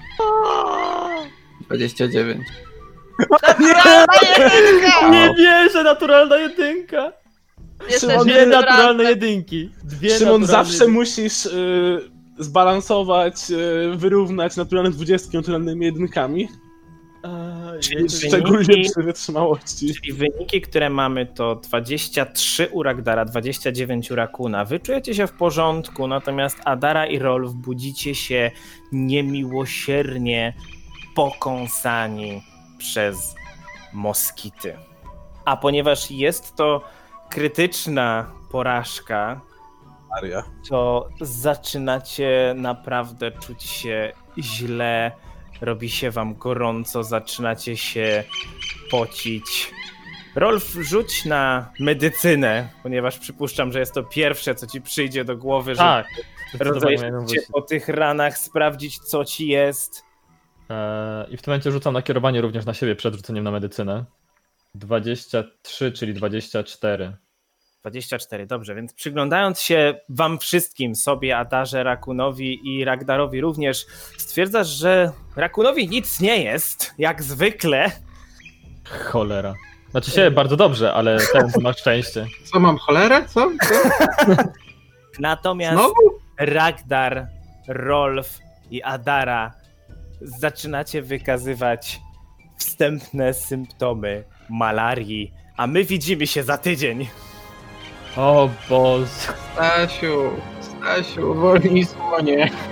dwadzieścia dziewięć. Nie wierzę, naturalna jedynka! Jesteś Szymon, Dwie naturalne naturalny. jedynki. Dwie Szymon, naturalne zawsze jedynki. musisz y, zbalansować, y, wyrównać naturalne dwudziestki naturalnymi jedynkami. Aj, Czyli Jezu. Szczególnie Wyniki- przy wytrzymałości. Czyli wyniki, które mamy, to dwadzieścia trzy u Ragdara, dwadzieścia dziewięć u Rakuna. Wy czujecie się w porządku, natomiast Adara i Rolf budzicie się niemiłosiernie pokąsani przez moskity. A ponieważ jest to krytyczna porażka, Maria. to zaczynacie naprawdę czuć się źle, robi się wam gorąco, zaczynacie się pocić. Rolf, rzuć na medycynę, ponieważ przypuszczam, że jest to pierwsze, co ci przyjdzie do głowy, Tak. żeby zdecydowanie rozejrzeć miałem się myśli. po tych ranach, sprawdzić, co ci jest. Eee, I w tym momencie rzucam nakierowanie również na siebie przed rzuceniem na medycynę. dwadzieścia trzy, czyli dwadzieścia cztery. dwadzieścia cztery, dobrze, więc przyglądając się wam wszystkim, sobie, Adarze, Rakunowi i Ragdarowi również, stwierdzasz, że Rakunowi nic nie jest, jak zwykle. Cholera. Znaczy się bardzo dobrze, ale ten ma szczęście. Co, mam cholerę? Co? Co? Natomiast Znowu? Ragdar, Rolf i Adara zaczynacie wykazywać wstępne symptomy malarii, a my widzimy się za tydzień. O Boże. Stasiu, Stasiu, wolniej słonie.